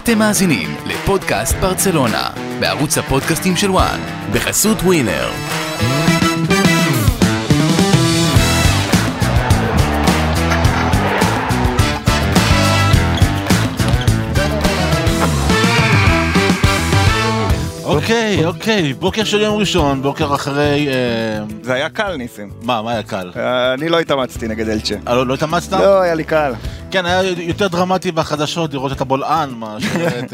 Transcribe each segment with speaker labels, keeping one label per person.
Speaker 1: אתם מאזינים לפודקאסט ברצלונה, בערוץ הפודקאסטים של וואן, בחסות ווינר.
Speaker 2: אוקיי, בוקר של יום ראשון, בוקר אחרי...
Speaker 3: זה היה קל, ניסים.
Speaker 2: מה היה קל?
Speaker 3: אני לא התאמצתי נגד אלצ'ה.
Speaker 2: לא התאמצת?
Speaker 3: לא, היה לי קל.
Speaker 2: כן, היה יותר דרמטי בחדשות לראות את הבולען, מה שאת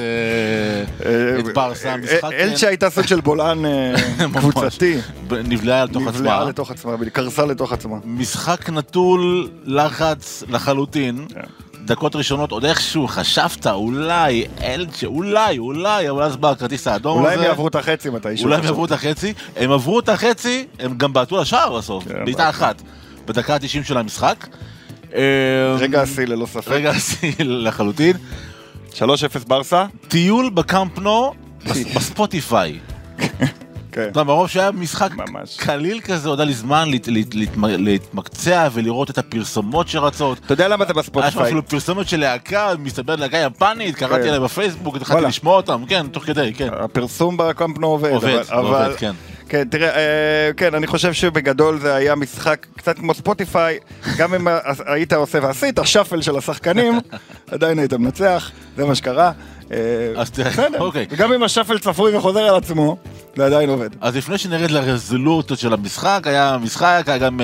Speaker 2: ברסה, המשחק...
Speaker 3: אלצ'ה הייתה סוג של בולען קבוצתי.
Speaker 2: נבלעה לתוך עצמה.
Speaker 3: נבלעה לתוך עצמה, קרסה לתוך עצמה.
Speaker 2: משחק נטול לחץ לחלוטין. דקות ראשונות, עוד איכשהו חשבת, אולי, אלצ'ה, אולי, אבל אז בא הכרטיס האדום הזה.
Speaker 3: אולי הם יעברו את החצי מתישהו.
Speaker 2: אולי הם יעברו את החצי. הם עברו את החצי, הם גם בעטו לשער בסוף, בעיטה אחת. בדקה ה-90 של המשחק.
Speaker 3: רגע השיא ללא ספק.
Speaker 2: רגע השיא לחלוטין.
Speaker 3: 3-0 ברסה.
Speaker 2: טיול בקאמפ נו בספוטיפיי. ברוב שהיה משחק קליל כזה, עוד היה לי זמן להתמקצע ולראות את הפרסומות שרצות.
Speaker 3: אתה יודע למה זה בספוטיפיי?
Speaker 2: היה אפילו פרסומות של להקה, מסתבר להקה יפנית, קראתי עליה בפייסבוק, התחלתי לשמוע אותם, כן, תוך כדי, כן.
Speaker 3: הפרסום בקאמפ נו עובד,
Speaker 2: כן.
Speaker 3: כן, תראה, כן, אני חושב שבגדול זה היה משחק קצת כמו ספוטיפיי, גם אם היית עושה ועשית, השאפל של השחקנים, עדיין היית מנצח, זה מה שקרה. וגם אם השאפל צפוי וחוזר על עצמו, זה עדיין עובד.
Speaker 2: אז לפני שנרד לרזולוציות של המשחק, היה גם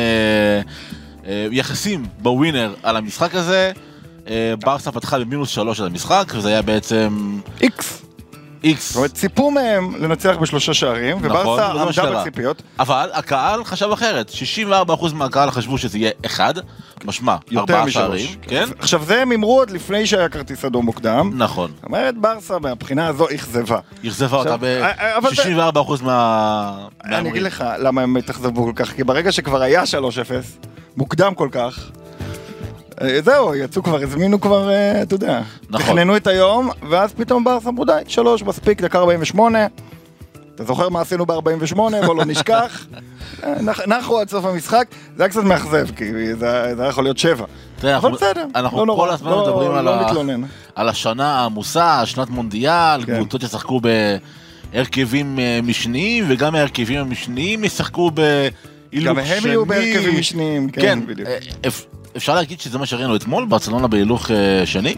Speaker 2: יחסים בווינר על המשחק הזה, ברסה פתחה ב-3- על המשחק, וזה היה בעצם... X.
Speaker 3: זאת אומרת, ציפו מהם לנצח ב3 שערים, וברסה עמדה בציפיות.
Speaker 2: אבל הקהל חשב אחרת. 64% מהקהל חשבו שזה יהיה 1, משמע 4 שערים.
Speaker 3: עכשיו זה הם אמרו עוד לפני שהיה כרטיס אדום מוקדם.
Speaker 2: נכון.
Speaker 3: זאת אומרת, ברסה מהבחינה הזו אכזבה.
Speaker 2: אכזבה אותה ב-64%
Speaker 3: אני אגיד לך למה הם התאכזבו כל כך, כי ברגע שכבר היה 3-0, מוקדם כל כך, זהו, יצאו כבר, הזמינו כבר, אתה יודע, תכננו את היום, ואז פתאום ברסה אמרו די, 3 מספיק, דקה 48, אתה זוכר מה עשינו ב-48, בוא לא נשכח, נחו עד סוף המשחק, זה היה קצת מאכזב, כי זה היה יכול להיות 7, אבל בסדר,
Speaker 2: אנחנו כל הזמן מדברים על השנה העמוסה, שנת מונדיאל, קבוצות ששחקו בהרכבים משניים, וגם ההרכבים המשניים ישחקו בהילוך שני,
Speaker 3: גם הם יהיו בהרכבים משניים, כן, בדיוק.
Speaker 2: אפשר להגיד שזה מה שראינו אתמול, ברצלונה בהילוך שני?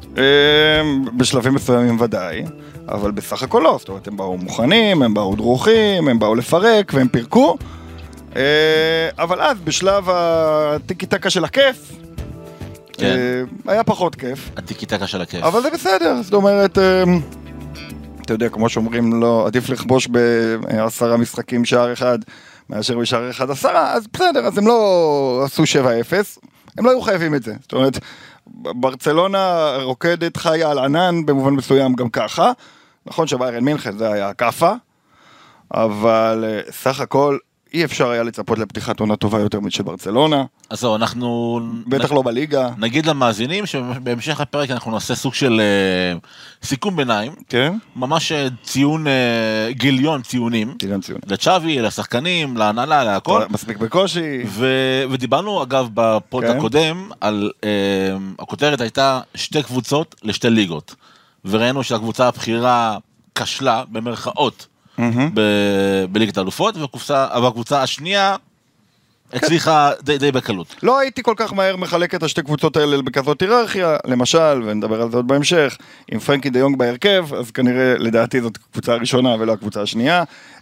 Speaker 3: בשלבים מסוימים ודאי, אבל בסך הכל לא, זאת אומרת, הם באו מוכנים, הם באו דרוכים, הם באו לפרק והם פירקו, אבל אז בשלב הטיקי-טקה של הכיף, היה פחות כיף.
Speaker 2: הטיקי-טקה של הכיף.
Speaker 3: אבל זה בסדר, זאת אומרת, אתה יודע, כמו שאומרים, לא, עדיף לכבוש ב10 משחקים שער אחד, מאשר בשער אחד 10, אז בסדר, אז הם לא עשו 7-0, הם לא היו חייבים את זה. זאת אומרת, ברצלונה רוקדת חיה על ענן, במובן מסוים גם ככה. נכון שביירן מינכן זה היה קפה, אבל סך הכל אי אפשר היה לצפות לפתיחת עונה טובה יותר משל ברצלונה.
Speaker 2: אז זהו, אנחנו...
Speaker 3: בטח לא בליגה.
Speaker 2: נגיד למאזינים שבהמשך הפרק אנחנו נעשה סוג של סיכום ביניים.
Speaker 3: כן.
Speaker 2: ממש ציון, גיליון ציונים. לצ'אבי, לשחקנים, להנהלה, להכל.
Speaker 3: מספיק בקושי.
Speaker 2: ודיברנו אגב בפוד הקודם על... הכותרת הייתה 2 קבוצות ל2 ליגות. וראינו שהקבוצה הבחירה כשלה במרכאות. בליגת האלופות, והקבוצה השנייה הצליחה די בקלות.
Speaker 3: לא הייתי כל כך מהר מחלק את השתי קבוצות האלה בכזאת היררכיה, למשל, ונדבר על זה עוד בהמשך, עם פרנקי דה יונג בהרכב, אז כנראה לדעתי זאת הקבוצה הראשונה ולא הקבוצה השנייה.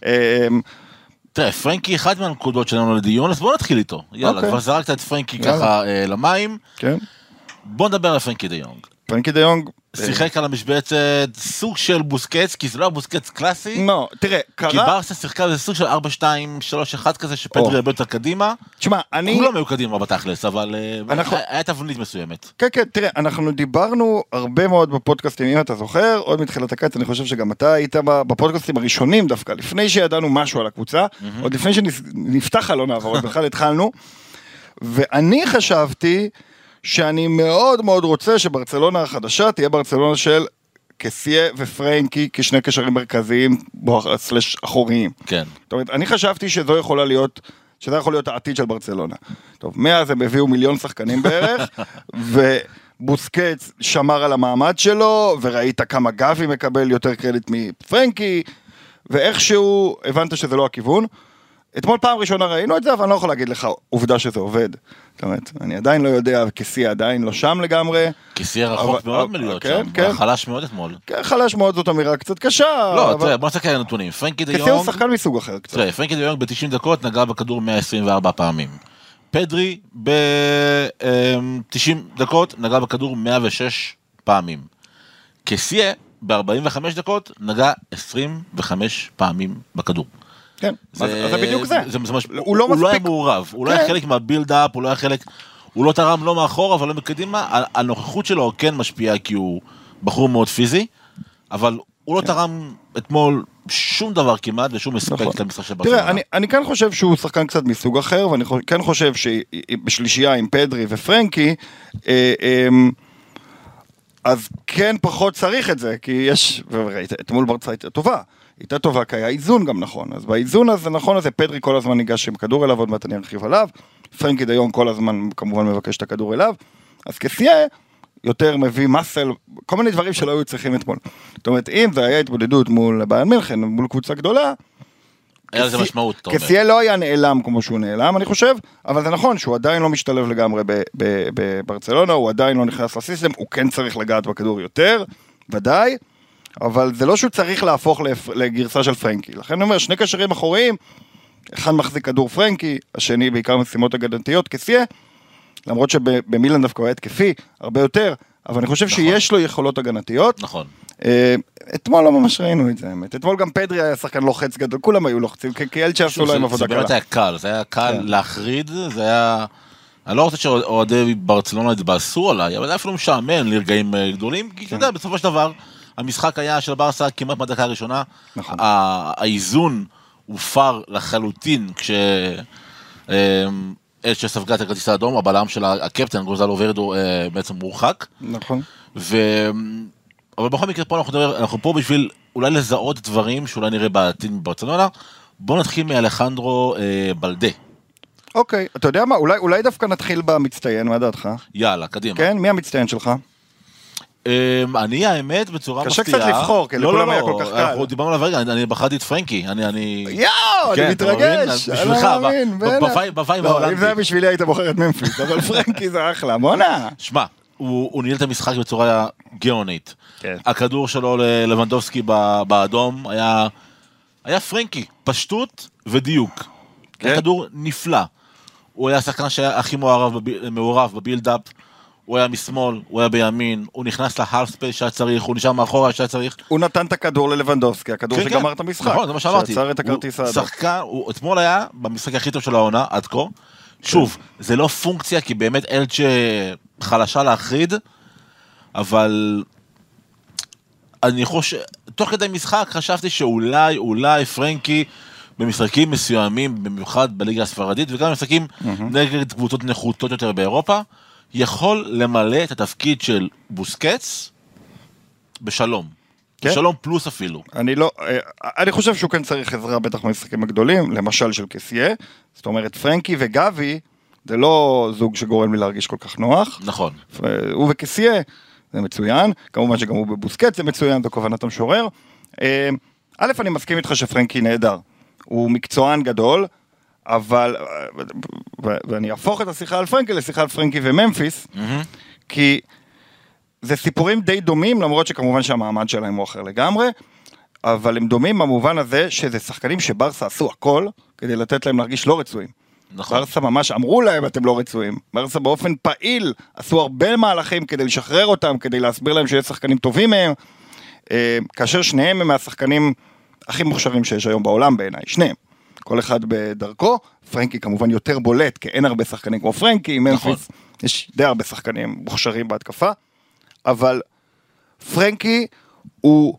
Speaker 2: תראה, פרנקי אחד מהנקודות שלנו לדיון, אז בואו נתחיל איתו. יאללה, כבר זרקת את פרנקי ככה למים. בואו נדבר על פרנקי דה יונג.
Speaker 3: פרנקי דה יונג
Speaker 2: שיחק על המשבצת סוג של בוסקץ, כי זה לא בוסקץ קלאסי.
Speaker 3: לא, תראה, קרה...
Speaker 2: כי ברסה שיחקה בזה סוג של 4-2-3-1 כזה, שפדרי הרבה יותר קדימה.
Speaker 3: תשמע,
Speaker 2: כולם היו קדימה בתכלס, אבל היה תבנית מסוימת.
Speaker 3: כן, תראה, אנחנו דיברנו הרבה מאוד בפודקאסטים, אם אתה זוכר, עוד מתחילת הקיץ, אני חושב שגם אתה היית בפודקאסטים הראשונים דווקא, לפני שידענו משהו על הקבוצה, עוד לפני שנפתח עלונה, אבל בכלל התחלנו, ואני חשבתי שאני מאוד מאוד רוצה שברצלונה החדשה תהיה ברצלונה של קסיה ופרנקי כשני קשרים מרכזיים סלש אחוריים.
Speaker 2: כן.
Speaker 3: זאת אומרת, אני חשבתי שזה יכול להיות העתיד של ברצלונה. טוב, מאז הם הביאו 1,000,000 שחקנים בערך, בוסקץ שמר על המעמד שלו, וראית כמה גבי מקבל יותר קרדיט מפרנקי, ואיכשהו הבנת שזה לא הכיוון. אתמול פעם ראשונה ראינו את זה, אבל אני לא יכול להגיד לך עובדה שזה עובד. זאת אומרת, אני עדיין לא יודע, כסי עדיין לא שם לגמרי.
Speaker 2: כסי רחוק מאוד מלהיות שם, חלש מאוד אתמול.
Speaker 3: כן, חלש מאוד זאת אמירה קצת קשה.
Speaker 2: לא, תראה, בוא נסתכל על הנתונים. פרנקי דה יונג...
Speaker 3: כסי הוא שחקן מסוג אחר קצת.
Speaker 2: תראה, פרנקי דה יונג ב-90 דקות נגע בכדור 124 פעמים. פדרי ב-90 דקות נגע בכדור 106 פעמים. כסי ב-45 דקות נגע 25 פעמים בכדור.
Speaker 3: כן, זה בדיוק זה.
Speaker 2: הוא לא היה מעורב, הוא לא היה חלק מהבילד-אפ, הוא לא תרם לא מאחור, אבל לא מקדימה, הנוכחות שלו כן משפיעה כי הוא בחור מאוד פיזי, אבל הוא לא תרם אתמול שום דבר כמעט, ושום אספקט למשחק של ברצלונה.
Speaker 3: תראה, אני כן חושב שהוא שחקן קצת מסוג אחר, ואני כן חושב שבשלישייה עם פדרי ופרנקי, אז כן פחות צריך את זה, כי יש, אתמול ברצה הייתה טובה, הייתה טובה, כי היה איזון גם נכון, אז באיזון הזה נכון, אז פדרי כל הזמן ניגש עם כדור אליו, עוד מעט אני ארחיב עליו, פרנקי דה יונג כל הזמן כמובן מבקש את הכדור אליו, אז כסייה יותר מביא מסל, כל מיני דברים שלא היו צריכים אתמול. זאת אומרת, אם זה היה התמודדות מול ביירן מינכן, מול קבוצה גדולה,
Speaker 2: היה לזה משמעות, אתה אומר.
Speaker 3: כסייה לא היה נעלם כמו שהוא נעלם, אני חושב, אבל זה נכון שהוא עדיין לא משתלב לגמרי בברצלונה, הוא עדיין לא נכנס לסיסטם, הוא כן צריך לגעת בכדור יותר, ודאי, אבל זה לא שהוא צריך להפוך לגרסה של פרנקי. לכן אני אומר, שני קשרים אחוריים, אחד מחזיק כדור פרנקי, השני בעיקר משימות הגנתיות כסייה, למרות שבמילן דווקא הוא היה התקפי, הרבה יותר, אבל אני חושב שיש לו יכולות הגנתיות.
Speaker 2: נכון.
Speaker 3: אתמול לא ממש ראינו את זה, האמת. אתמול גם פדרי היה שחקן לוחץ גדול, כולם היו לוחצים, כי אלצ'ה עשו להם עבודה קלה.
Speaker 2: זה באמת היה קל, זה היה קל להחריד, זה היה... אני לא רוצה שאוהדי ברצלונה התבאסו עליי, אבל זה אפילו משעמם לרגעים גדולים, כי אתה יודע, בסופו של דבר, המשחק היה של ברסה כמעט מהדקה הראשונה, האיזון הופר לחלוטין, אלצ'ה ספגה את הכרטיס האדום, הבלם של הקפטן, גוזלו ורדו, בעצם מורחק.
Speaker 3: נכון.
Speaker 2: אבל בכל מקרה פה אנחנו פה בשביל אולי לזהות דברים שאולי נראה בעתיד בברצלונה. בואו נתחיל מאלחנדרו בלדה.
Speaker 3: אוקיי, אתה יודע מה? אולי דווקא נתחיל במצטיין, מה דעתך?
Speaker 2: יאללה, קדימה.
Speaker 3: כן, מי המצטיין שלך?
Speaker 2: אני האמת בצורה מפתיעה.
Speaker 3: קשה קצת לבחור, כי לכולם היה כל כך קל.
Speaker 2: אנחנו דיברנו עליו רגע, אני בחרתי את פרנקי.
Speaker 3: יואו, אני מתרגש.
Speaker 2: בשבילך, בווייב ההולנדי.
Speaker 3: אם זה היה בשבילי היית בוחר את ממפיס, אבל פרנקי זה אחלה, מונה.
Speaker 2: שמע, הוא ניהל את המשחק בצורה גאונית. הכדור שלו ללבנדובסקי באדום היה פרנקי, פשטות ודיוק. היה כדור נפלא. הוא היה השחקן שהיה הכי מעורב בבילדאפ. הוא היה משמאל, הוא היה בימין, הוא נכנס להאלף ספייס שהיה צריך, הוא נשאר מאחורה שהיה צריך.
Speaker 3: הוא נתן את הכדור ללבנדובסקי, הכדור שגמר את המשחק.
Speaker 2: נכון, זה מה שאמרתי.
Speaker 3: שעצר את הכרטיס האדום.
Speaker 2: שחקן, אתמול היה במשחק הכי טוב של העונה, עד כה. שוב, זה לא פונקציה, כי באמת אלצ'ה חלשה להחריד, אבל אני חושב, תוך כדי משחק חשבתי שאולי פרנקי במשחקים מסוימים, במיוחד בליגה הספרדית, וגם במשחקים נגד קבוצות נחותות יותר באירופה, יכול למלא את התפקיד של בוסקץ בשלום. בשלום פלוס אפילו.
Speaker 3: אני חושב שהוא כן צריך עזרה בטח במשחקים הגדולים, למשל של כסייה. זאת אומרת, פרנקי וגבי, זה לא זוג שגורם לי להרגיש כל כך נוח.
Speaker 2: נכון.
Speaker 3: הוא וכסייה, זה מצוין. כמובן שגם הוא בבוסקץ, זה מצוין, זה כוונת המשורר. א', אני מסכים איתך שפרנקי נהדר. הוא מקצוען גדול, אבל, ואני אהפוך את השיחה על פרנקי לשיחה על פרנקי וממפיס, כי זה סיפורים די דומים, למרות שכמובן שהמעמד שלהם הוא אחר לגמרי, אבל הם דומים במובן הזה שזה שחקנים שברסה עשו הכל, כדי לתת להם להרגיש לא רצויים. נכון. ברסה ממש אמרו להם אתם לא רצויים, ברסה באופן פעיל עשו הרבה מהלכים כדי לשחרר אותם, כדי להסביר להם שיש שחקנים טובים מהם, כאשר שניהם הם מהשחקנים הכי מוכשרים שיש היום בעולם בעיניי, שניהם. כל אחד בדרכו, פרנקי כמובן יותר בולט, כי אין הרבה שחקנים כמו פרנקי, ממפיס, יש די הרבה שחקנים מוכשרים בהתקפה, אבל פרנקי הוא,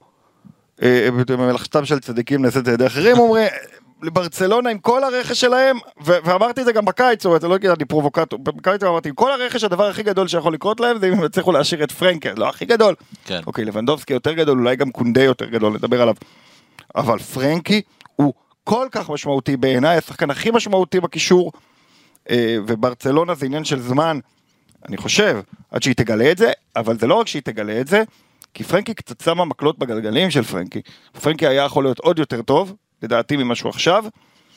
Speaker 3: במלאכתם של צדיקים נעשית את ידי אחרים, אומרים, לברצלונה עם כל הרכש שלהם, ואמרתי את זה גם בקיץ, זאת אומרת, לא אני פרובוקטור, בקיץ אמרתי, עם כל הרכש הדבר הכי גדול שיכול לקרות להם, זה אם הם יצליחו להשאיר את פרנקי, לא הכי גדול, אוקיי, לבנדובסקי יותר גדול, אולי גם קונדה יותר גדול, נדבר עליו, אבל פרנקי הוא כל כך משמעותי בעיניי, השחקן הכי משמעותי בקישור, וברצלונה זה עניין של זמן, אני חושב, עד שהיא תגלה את זה, אבל זה לא רק שהיא תגלה את זה, כי פרנקי קצת שמה מקלות בגלגלים של פרנקי. פרנקי היה יכול להיות עוד יותר טוב, לדעתי ממשהו עכשיו.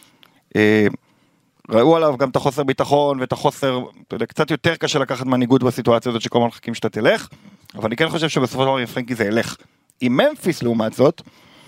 Speaker 3: ראו עליו גם את החוסר ביטחון, ואת החוסר, אתה יודע, קצת יותר קשה לקחת מנהיגות בסיטואציה הזאת, שכל הזמן מחכים שאתה תלך, אבל אני כן חושב שבסופו של דבר עם פרנקי זה ילך. עם ממפיס לעומת זאת,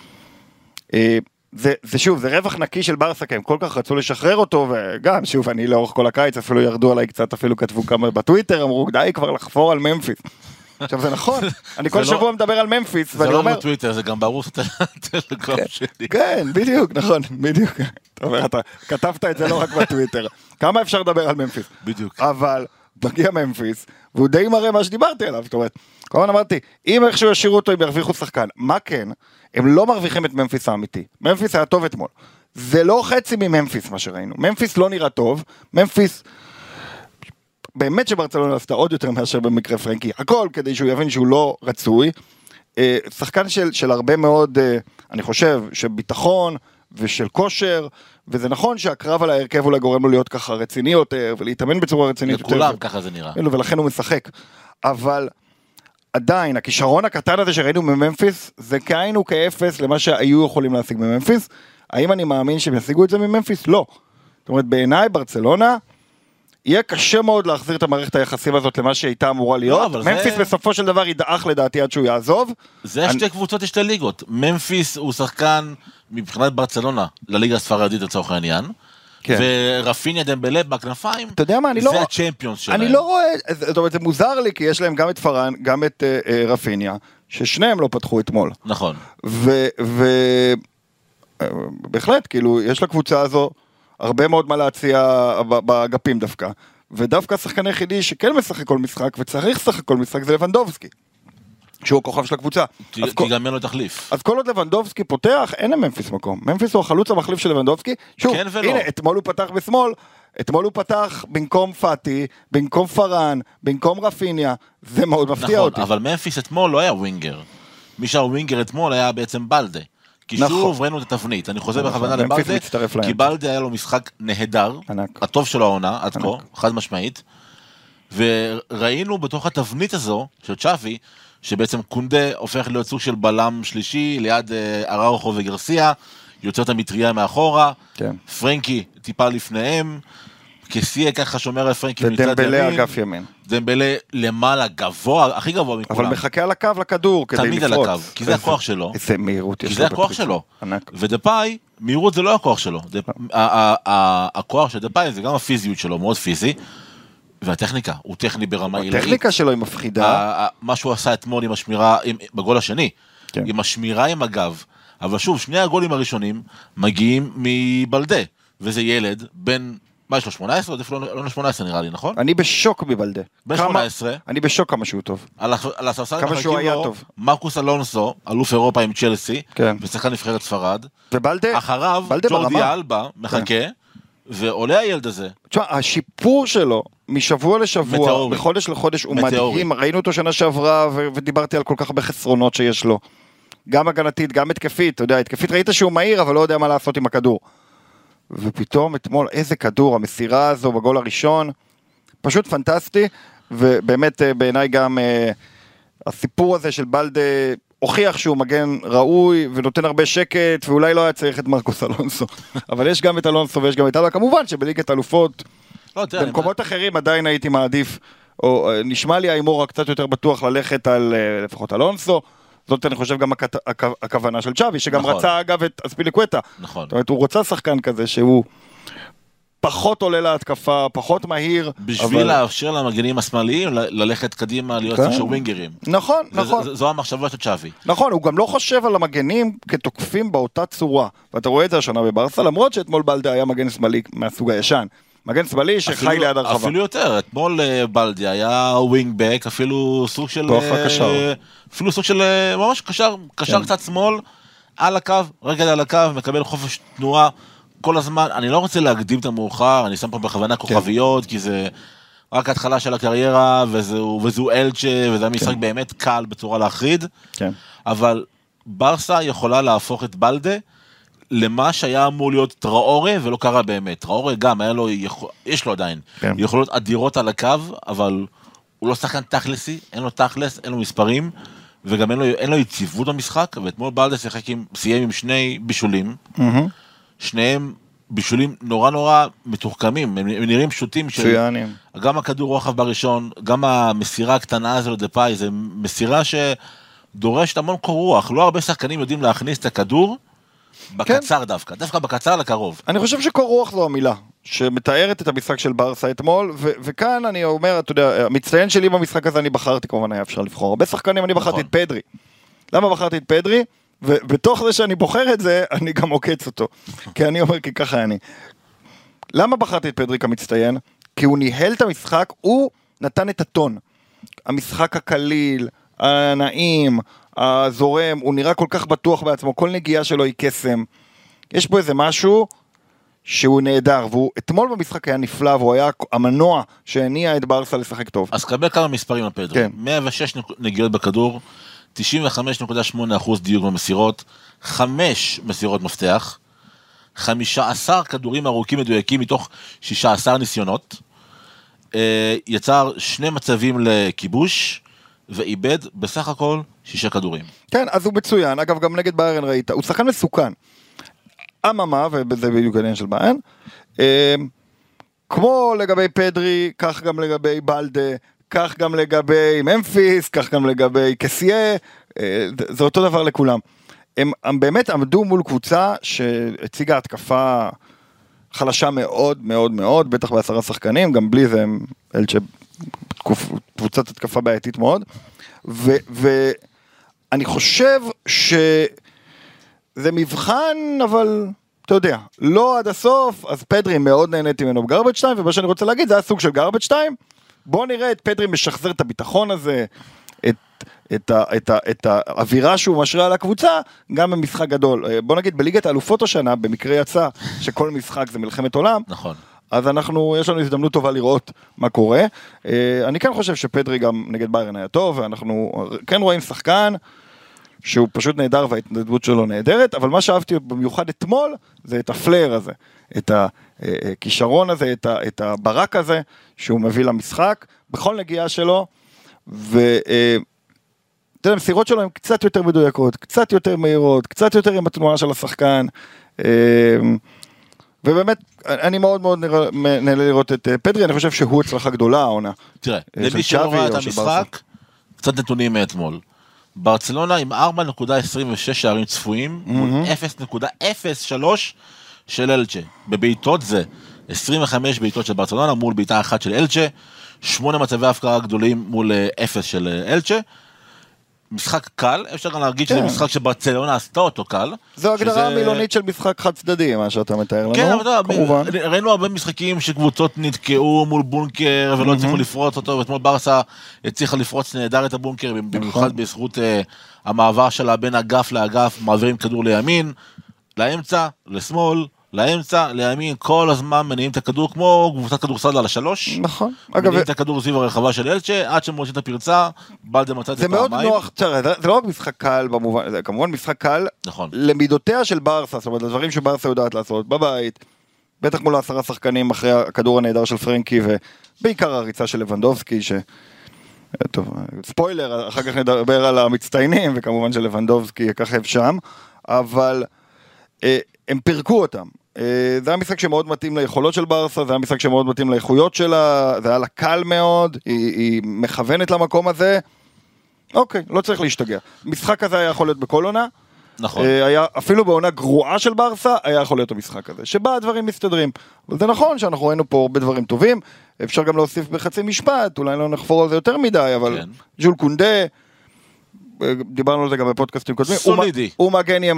Speaker 3: זה שוב, זה רווח נקי של ברסה, כי הם כל כך רצו לשחרר אותו, וגם, שוב, אני לאורך כל הקיץ, אפילו ירדו עליי קצת, אפילו כתבו כמה בטוויטר, אמרו, די כבר לחפור על ממפיס. עכשיו זה נכון, אני כל שבוע מדבר על ממפיס, ואני אומר...
Speaker 2: זה לא בטוויטר, זה גם בערוץ הטלגרם שלי.
Speaker 3: כן, בדיוק, נכון, בדיוק. אתה אומר, אתה כתבת את זה לא רק בטוויטר. כמה אפשר לדבר על ממפיס?
Speaker 2: בדיוק.
Speaker 3: אבל מגיע ממפיס, והוא די מראה מה שדיברתי עליו, זאת אומרת, כל הזמן אמרתי, אם איכשהו ישירו אותו, הם ירוויחו שחקן. מה כן? הם לא מרוויחים את ממפיס האמיתי. ממפיס היה טוב אתמול. זה לא חצי מממפיס מה שראינו. ממפיס לא נראה טוב, ממפיס... באמת שברצלונה עשתה עוד יותר מאשר במקרה פרנקי, הכל כדי שהוא יבין שהוא לא רצוי, שחקן של הרבה מאוד, אני חושב, של ביטחון ושל כושר, וזה נכון שהקרב על ההרכב אולי גורם לו להיות ככה רציני יותר, ולהתאמן בצורה רצינית יותר.
Speaker 2: לכולם ככה זה נראה.
Speaker 3: ולכן הוא משחק. אבל עדיין, הכישרון הקטן הזה שראינו מממפיס, זה כהיינו כאפס למה שהיו יכולים להשיג מממפיס. האם אני מאמין שהם ישיגו את זה מממפיס? לא. זאת אומרת, בעיניי ברצלונה, יהיה קשה מאוד להחזיר את המערכת היחסים הזאת למה שהייתה אמורה להיות. ממפיס בסופו של דבר ידעך לדעתי עד שהוא יעזוב.
Speaker 2: זה שתי קבוצות, שתי ליגות. ממפיס הוא שחקן מבחינת ברצלונה לליגה הספרדית לצורך העניין. ורפיניה דמבלה בכנפיים, זה הצ'מפיונס שלהם.
Speaker 3: אני לא רואה, זאת אומרת, זה מוזר לי, כי יש להם גם את פרן, גם את רפיניה, ששניהם לא פתחו אתמול.
Speaker 2: נכון.
Speaker 3: ובהחלט, כאילו, יש לקבוצה הזו הרבה מאוד מה להציע באגפים דווקא, ודווקא השחקן היחידי שכן משחק כל משחק, וצריך לשחק כל משחק, זה לבנדובסקי, שהוא הכוכב של הקבוצה.
Speaker 2: כי גם אין לו תחליף.
Speaker 3: אז כל עוד לבנדובסקי פותח, אין לממפיס מקום. ממפיס הוא החלוץ המחליף של לבנדובסקי. שוב, הנה, אתמול הוא פתח בשמאל, אתמול הוא פתח במקום פאטי, במקום פרן, במקום רפיניה, זה מאוד מפתיע אותי.
Speaker 2: אבל ממפיס אתמול לא היה ווינגר. מי שהווינגר אתמול היה בעצם בלדה. כי שוב ראינו את התבנית, אני חוזר בכוונה לבלדה, כי בלדה היה לו משחק נהדר, הטוב שלו העונה, עד כה, חד משמעית, וראינו בתוך התבנית הזו של צ'אבי, שבעצם קונדה הופך להיות סוג של בלם שלישי, ליד אראוחו וגרסיה, יוצר את המטריה מאחורה, פרנקי טיפה לפניהם, כסיה ככה שומר על פרנקי מצד ימין,
Speaker 3: ודמבלה אגף ימין.
Speaker 2: דמבלה למעלה גבוה, הכי גבוה מכולם.
Speaker 3: אבל מחכה על הקו לכדור כדי לפרוץ.
Speaker 2: תמיד על הקו, כי זה הכוח שלו.
Speaker 3: איזה מהירות יש לו.
Speaker 2: כי זה הכוח שלו. ודפאי, מהירות זה לא הכוח שלו. הכוח של דפאי זה גם הפיזיות שלו, מאוד פיזי. והטכניקה, הוא טכני ברמה עילאית.
Speaker 3: הטכניקה שלו היא מפחידה.
Speaker 2: מה שהוא עשה אתמול עם השמירה, בגול השני, עם השמירה עם הגב. אבל שוב, שני הגולים הראשונים מגיעים מבלדה. וזה ילד בין... מה יש לו, 18? עדיף לא 18 נראה לי, נכון?
Speaker 3: אני בשוק מבלדה.
Speaker 2: בין 18.
Speaker 3: אני בשוק כמה שהוא טוב.
Speaker 2: על הספסל מחכים לו מרקוס אלונסו, אלוף אירופה עם צ'לסי, ושחקן נבחרת ספרד.
Speaker 3: ובלדה?
Speaker 2: אחריו, ג'ורדי אלבה מחכה, ועולה הילד הזה.
Speaker 3: תשמע, השיפור שלו, משבוע לשבוע, מחודש לחודש, הוא מדהים. ראינו אותו שנה שעברה, ודיברתי על כל כך הרבה חסרונות שיש לו. גם הגנתית, גם התקפית. אתה יודע, התקפית ראית שהוא מהיר, אבל לא יודע מה לעשות עם הכדור. ופתאום אתמול איזה כדור, המסירה הזו בגול הראשון, פשוט פנטסטי, ובאמת בעיניי גם הסיפור הזה של בלדה הוכיח שהוא מגן ראוי, ונותן הרבה שקט, ואולי לא היה צריך את מרקוס אלונסו, אבל יש גם את אלונסו ויש גם את אלבה, כמובן שבליגת אלופות, במקומות אחרים עדיין הייתי מעדיף, או נשמע לי האימור קצת יותר בטוח ללכת על לפחות אלונסו, זאת אני חושב גם הכוונה של צ'אבי, שגם רצה אגב את אספיליקווטה.
Speaker 2: נכון.
Speaker 3: זאת אומרת, הוא רוצה שחקן כזה שהוא פחות עולה להתקפה, פחות מהיר.
Speaker 2: בשביל לאפשר למגנים השמאליים ללכת קדימה, להיות סוג ווינגרים.
Speaker 3: נכון, נכון.
Speaker 2: זו המחשבה של צ'אבי.
Speaker 3: נכון, הוא גם לא חושב על המגנים כתוקפים באותה צורה. ואתה רואה את זה השנה בברסה, למרות שאתמול בלדה היה מגן שמאלי מהסוג הישן. מגן שמאלי שחי ליד הרחבה.
Speaker 2: אפילו יותר, אתמול בלדי היה ווינגבק, אפילו סוג של... אפילו סוג של ממש קשר קצת שמאל, על הקו, רגע על הקו, מקבל חופש תנועה כל הזמן. אני לא רוצה להקדים את המאוחר, אני שם פה בכוונה כוכביות, כי זה רק ההתחלה של הקריירה, וזהו אלצ'ה, וזה משחק באמת קל בצורה להחריד. אבל ברסה יכולה להפוך את בלדה, למה שהיה אמור להיות טראורה, ולא קרה באמת. טראורה גם, יש לו עדיין יכולות אדירות על הקו, אבל הוא לא שחקן תכלסי, אין לו תכלס, אין לו מספרים, וגם אין לו יציבות במשחק, ואתמול בלדה סיים עם 2 בישולים, שניהם בישולים נורא מתוחכמים, הם נראים פשוטים, גם הכדור רוחב בראשון, גם המסירה הקטנה הזו לדפאי, זה מסירה שדורשת המון קור רוח, לא הרבה שחקנים יודעים להכניס את הכדור, בקצר דווקא בקצר לקרוב.
Speaker 3: אני חושב שקור רוח זו המילה, שמתארת את המשחק של ברסה אתמול, וכאן אני אומר, אתה יודע, המצטיין שלי במשחק הזה אני בחרתי, כמובן היה אפשר לבחור, הרבה שחקנים אני בחרתי את פדרי. למה בחרתי את פדרי? ובתוך זה שאני בוחר את זה, אני גם עוקץ אותו. כי אני אומר, כי ככה אני. למה בחרתי את פדרי כמצטיין? כי הוא ניהל את המשחק, הוא נתן את הטון. המשחק הקליל, הנעים, הזורם, הוא נראה כל כך בטוח בעצמו, כל נגיעה שלו היא קסם. יש פה איזה משהו שהוא נהדר, והוא אתמול במשחק היה נפלא, והוא היה המנוע שהניע את ברסה לשחק טוב.
Speaker 2: אז קבל כמה מספרים על פדרי. כן. 106 נגיעות בכדור, 95.8% דיוק במסירות, 5 מסירות מפתח, 15 כדורים ארוכים מדויקים מתוך 16 ניסיונות, יצר 2 מצבים לכיבוש, ואיבד בסך הכל 6 כדורים.
Speaker 3: כן, אז הוא מצוין. אגב, גם נגד ביירן ראית, הוא שחקן מסוכן. אממה, וזה בדיוק העניין של ביירן, כמו לגבי פדרי, כך גם לגבי בלדה, כך גם לגבי ממפיס, כך גם לגבי קסיה, זה אותו דבר לכולם. הם באמת עמדו מול קבוצה שהציגה התקפה חלשה מאוד מאוד מאוד, בטח ב10 שחקנים, גם בלי זה הם קבוצת התקפה בעייתית מאוד, ואני חושב שזה מבחן, אבל אתה יודע, לא עד הסוף, אז פדרי מאוד נהניתי ממנו בגרבג' 2, ומה שאני רוצה להגיד, זה היה סוג של גרבג' 2, בוא נראה את פדרי משחזר את הביטחון הזה, את האווירה שהוא משרה על הקבוצה, גם במשחק גדול. בוא נגיד, בליגת האלופות השנה, במקרה יצא שכל משחק זה מלחמת עולם,
Speaker 2: נכון.
Speaker 3: אז יש לנו הזדמנות טובה לראות מה קורה. אני כן חושב שפדרי גם נגד ביירן היה טוב, ואנחנו כן רואים שחקן שהוא פשוט נהדר וההתנדבות שלו נהדרת, אבל מה שאהבתי במיוחד אתמול, זה את הפלר הזה, את הכישרון הזה, את הברק הזה, שהוא מביא למשחק, בכל נגיעה שלו, המסירות שלו הן קצת יותר מדויקות, קצת יותר מהירות, קצת יותר עם התנועה של השחקן, ובאמת, אני מאוד מאוד נהנה לראות את פדרי, אני חושב שהוא הצלחה גדולה, העונה.
Speaker 2: תראה, למי שלא ראה את המשחק, קצת נתונים מאתמול. ברצלונה עם 4.26 שערים צפויים, מול 0.03 של אלצ'ה. בביתות זה 25 ביתות של ברצלונה, מול ביתה אחת של אלצ'ה, 8 מצבי הפקרה גדולים מול 0 של אלצ'ה. משחק קל, אפשר גם להגיד שזה משחק שברצלונה עשתה אותו קל.
Speaker 3: זו הגדרה מילונית של משחק חד צדדי, מה שאתה מתאר לנו,
Speaker 2: כן, כמובן. ראינו הרבה משחקים שקבוצות נתקעו מול בונקר ולא הצליחו לפרוץ אותו, ואתמול ברסה הצליחה לפרוץ נהדר את הבונקר, במיוחד בזכות המעבר שלה בין אגף לאגף, מעבירים כדור לימין, לאמצע, לשמאל, לאמצע, לימין, כל הזמן מניעים את הכדור כמו קבוצת כדורסל על 3.
Speaker 3: נכון.
Speaker 2: מניעים את הכדור סביב הרחבה של אלצ'ה, עד שמוצאים את הפרצה, בלדה מצא את זה פעמיים.
Speaker 3: זה מאוד נוח, זה לא רק משחק קל במובן, זה כמובן משחק קל, למידותיה של ברסה, זאת אומרת, הדברים שברסה יודעת לעשות בבית, בטח מול 10 שחקנים אחרי הכדור הנהדר של פרנקי, ובעיקר הריצה של לבנדובסקי, טוב, ספוילר, אחר כך נדבר על המצטיינים, וכמובן של לבנדובסקי יככב שם, אבל הם פירקו אותם. זה היה משחק שמאוד מתאים ליכולות של ברסה, זה היה משחק שמאוד מתאים לאיכויות שלה, זה היה לה קל מאוד, היא מכוונת למקום הזה, אוקיי, לא צריך להשתגע. משחק הזה היה יכול להיות בכל עונה,
Speaker 2: נכון.
Speaker 3: היה, אפילו בעונה גרועה של ברסה, היה יכול להיות המשחק הזה, שבה הדברים מסתדרים. אבל זה נכון שאנחנו ראינו פה הרבה דברים טובים, אפשר גם להוסיף בחצי משפט, אולי לא נחפור על זה יותר מדי, אבל ז'ול קונדה, דיברנו על זה גם בפודקאסטים קודמים,
Speaker 2: סולידי.
Speaker 3: הוא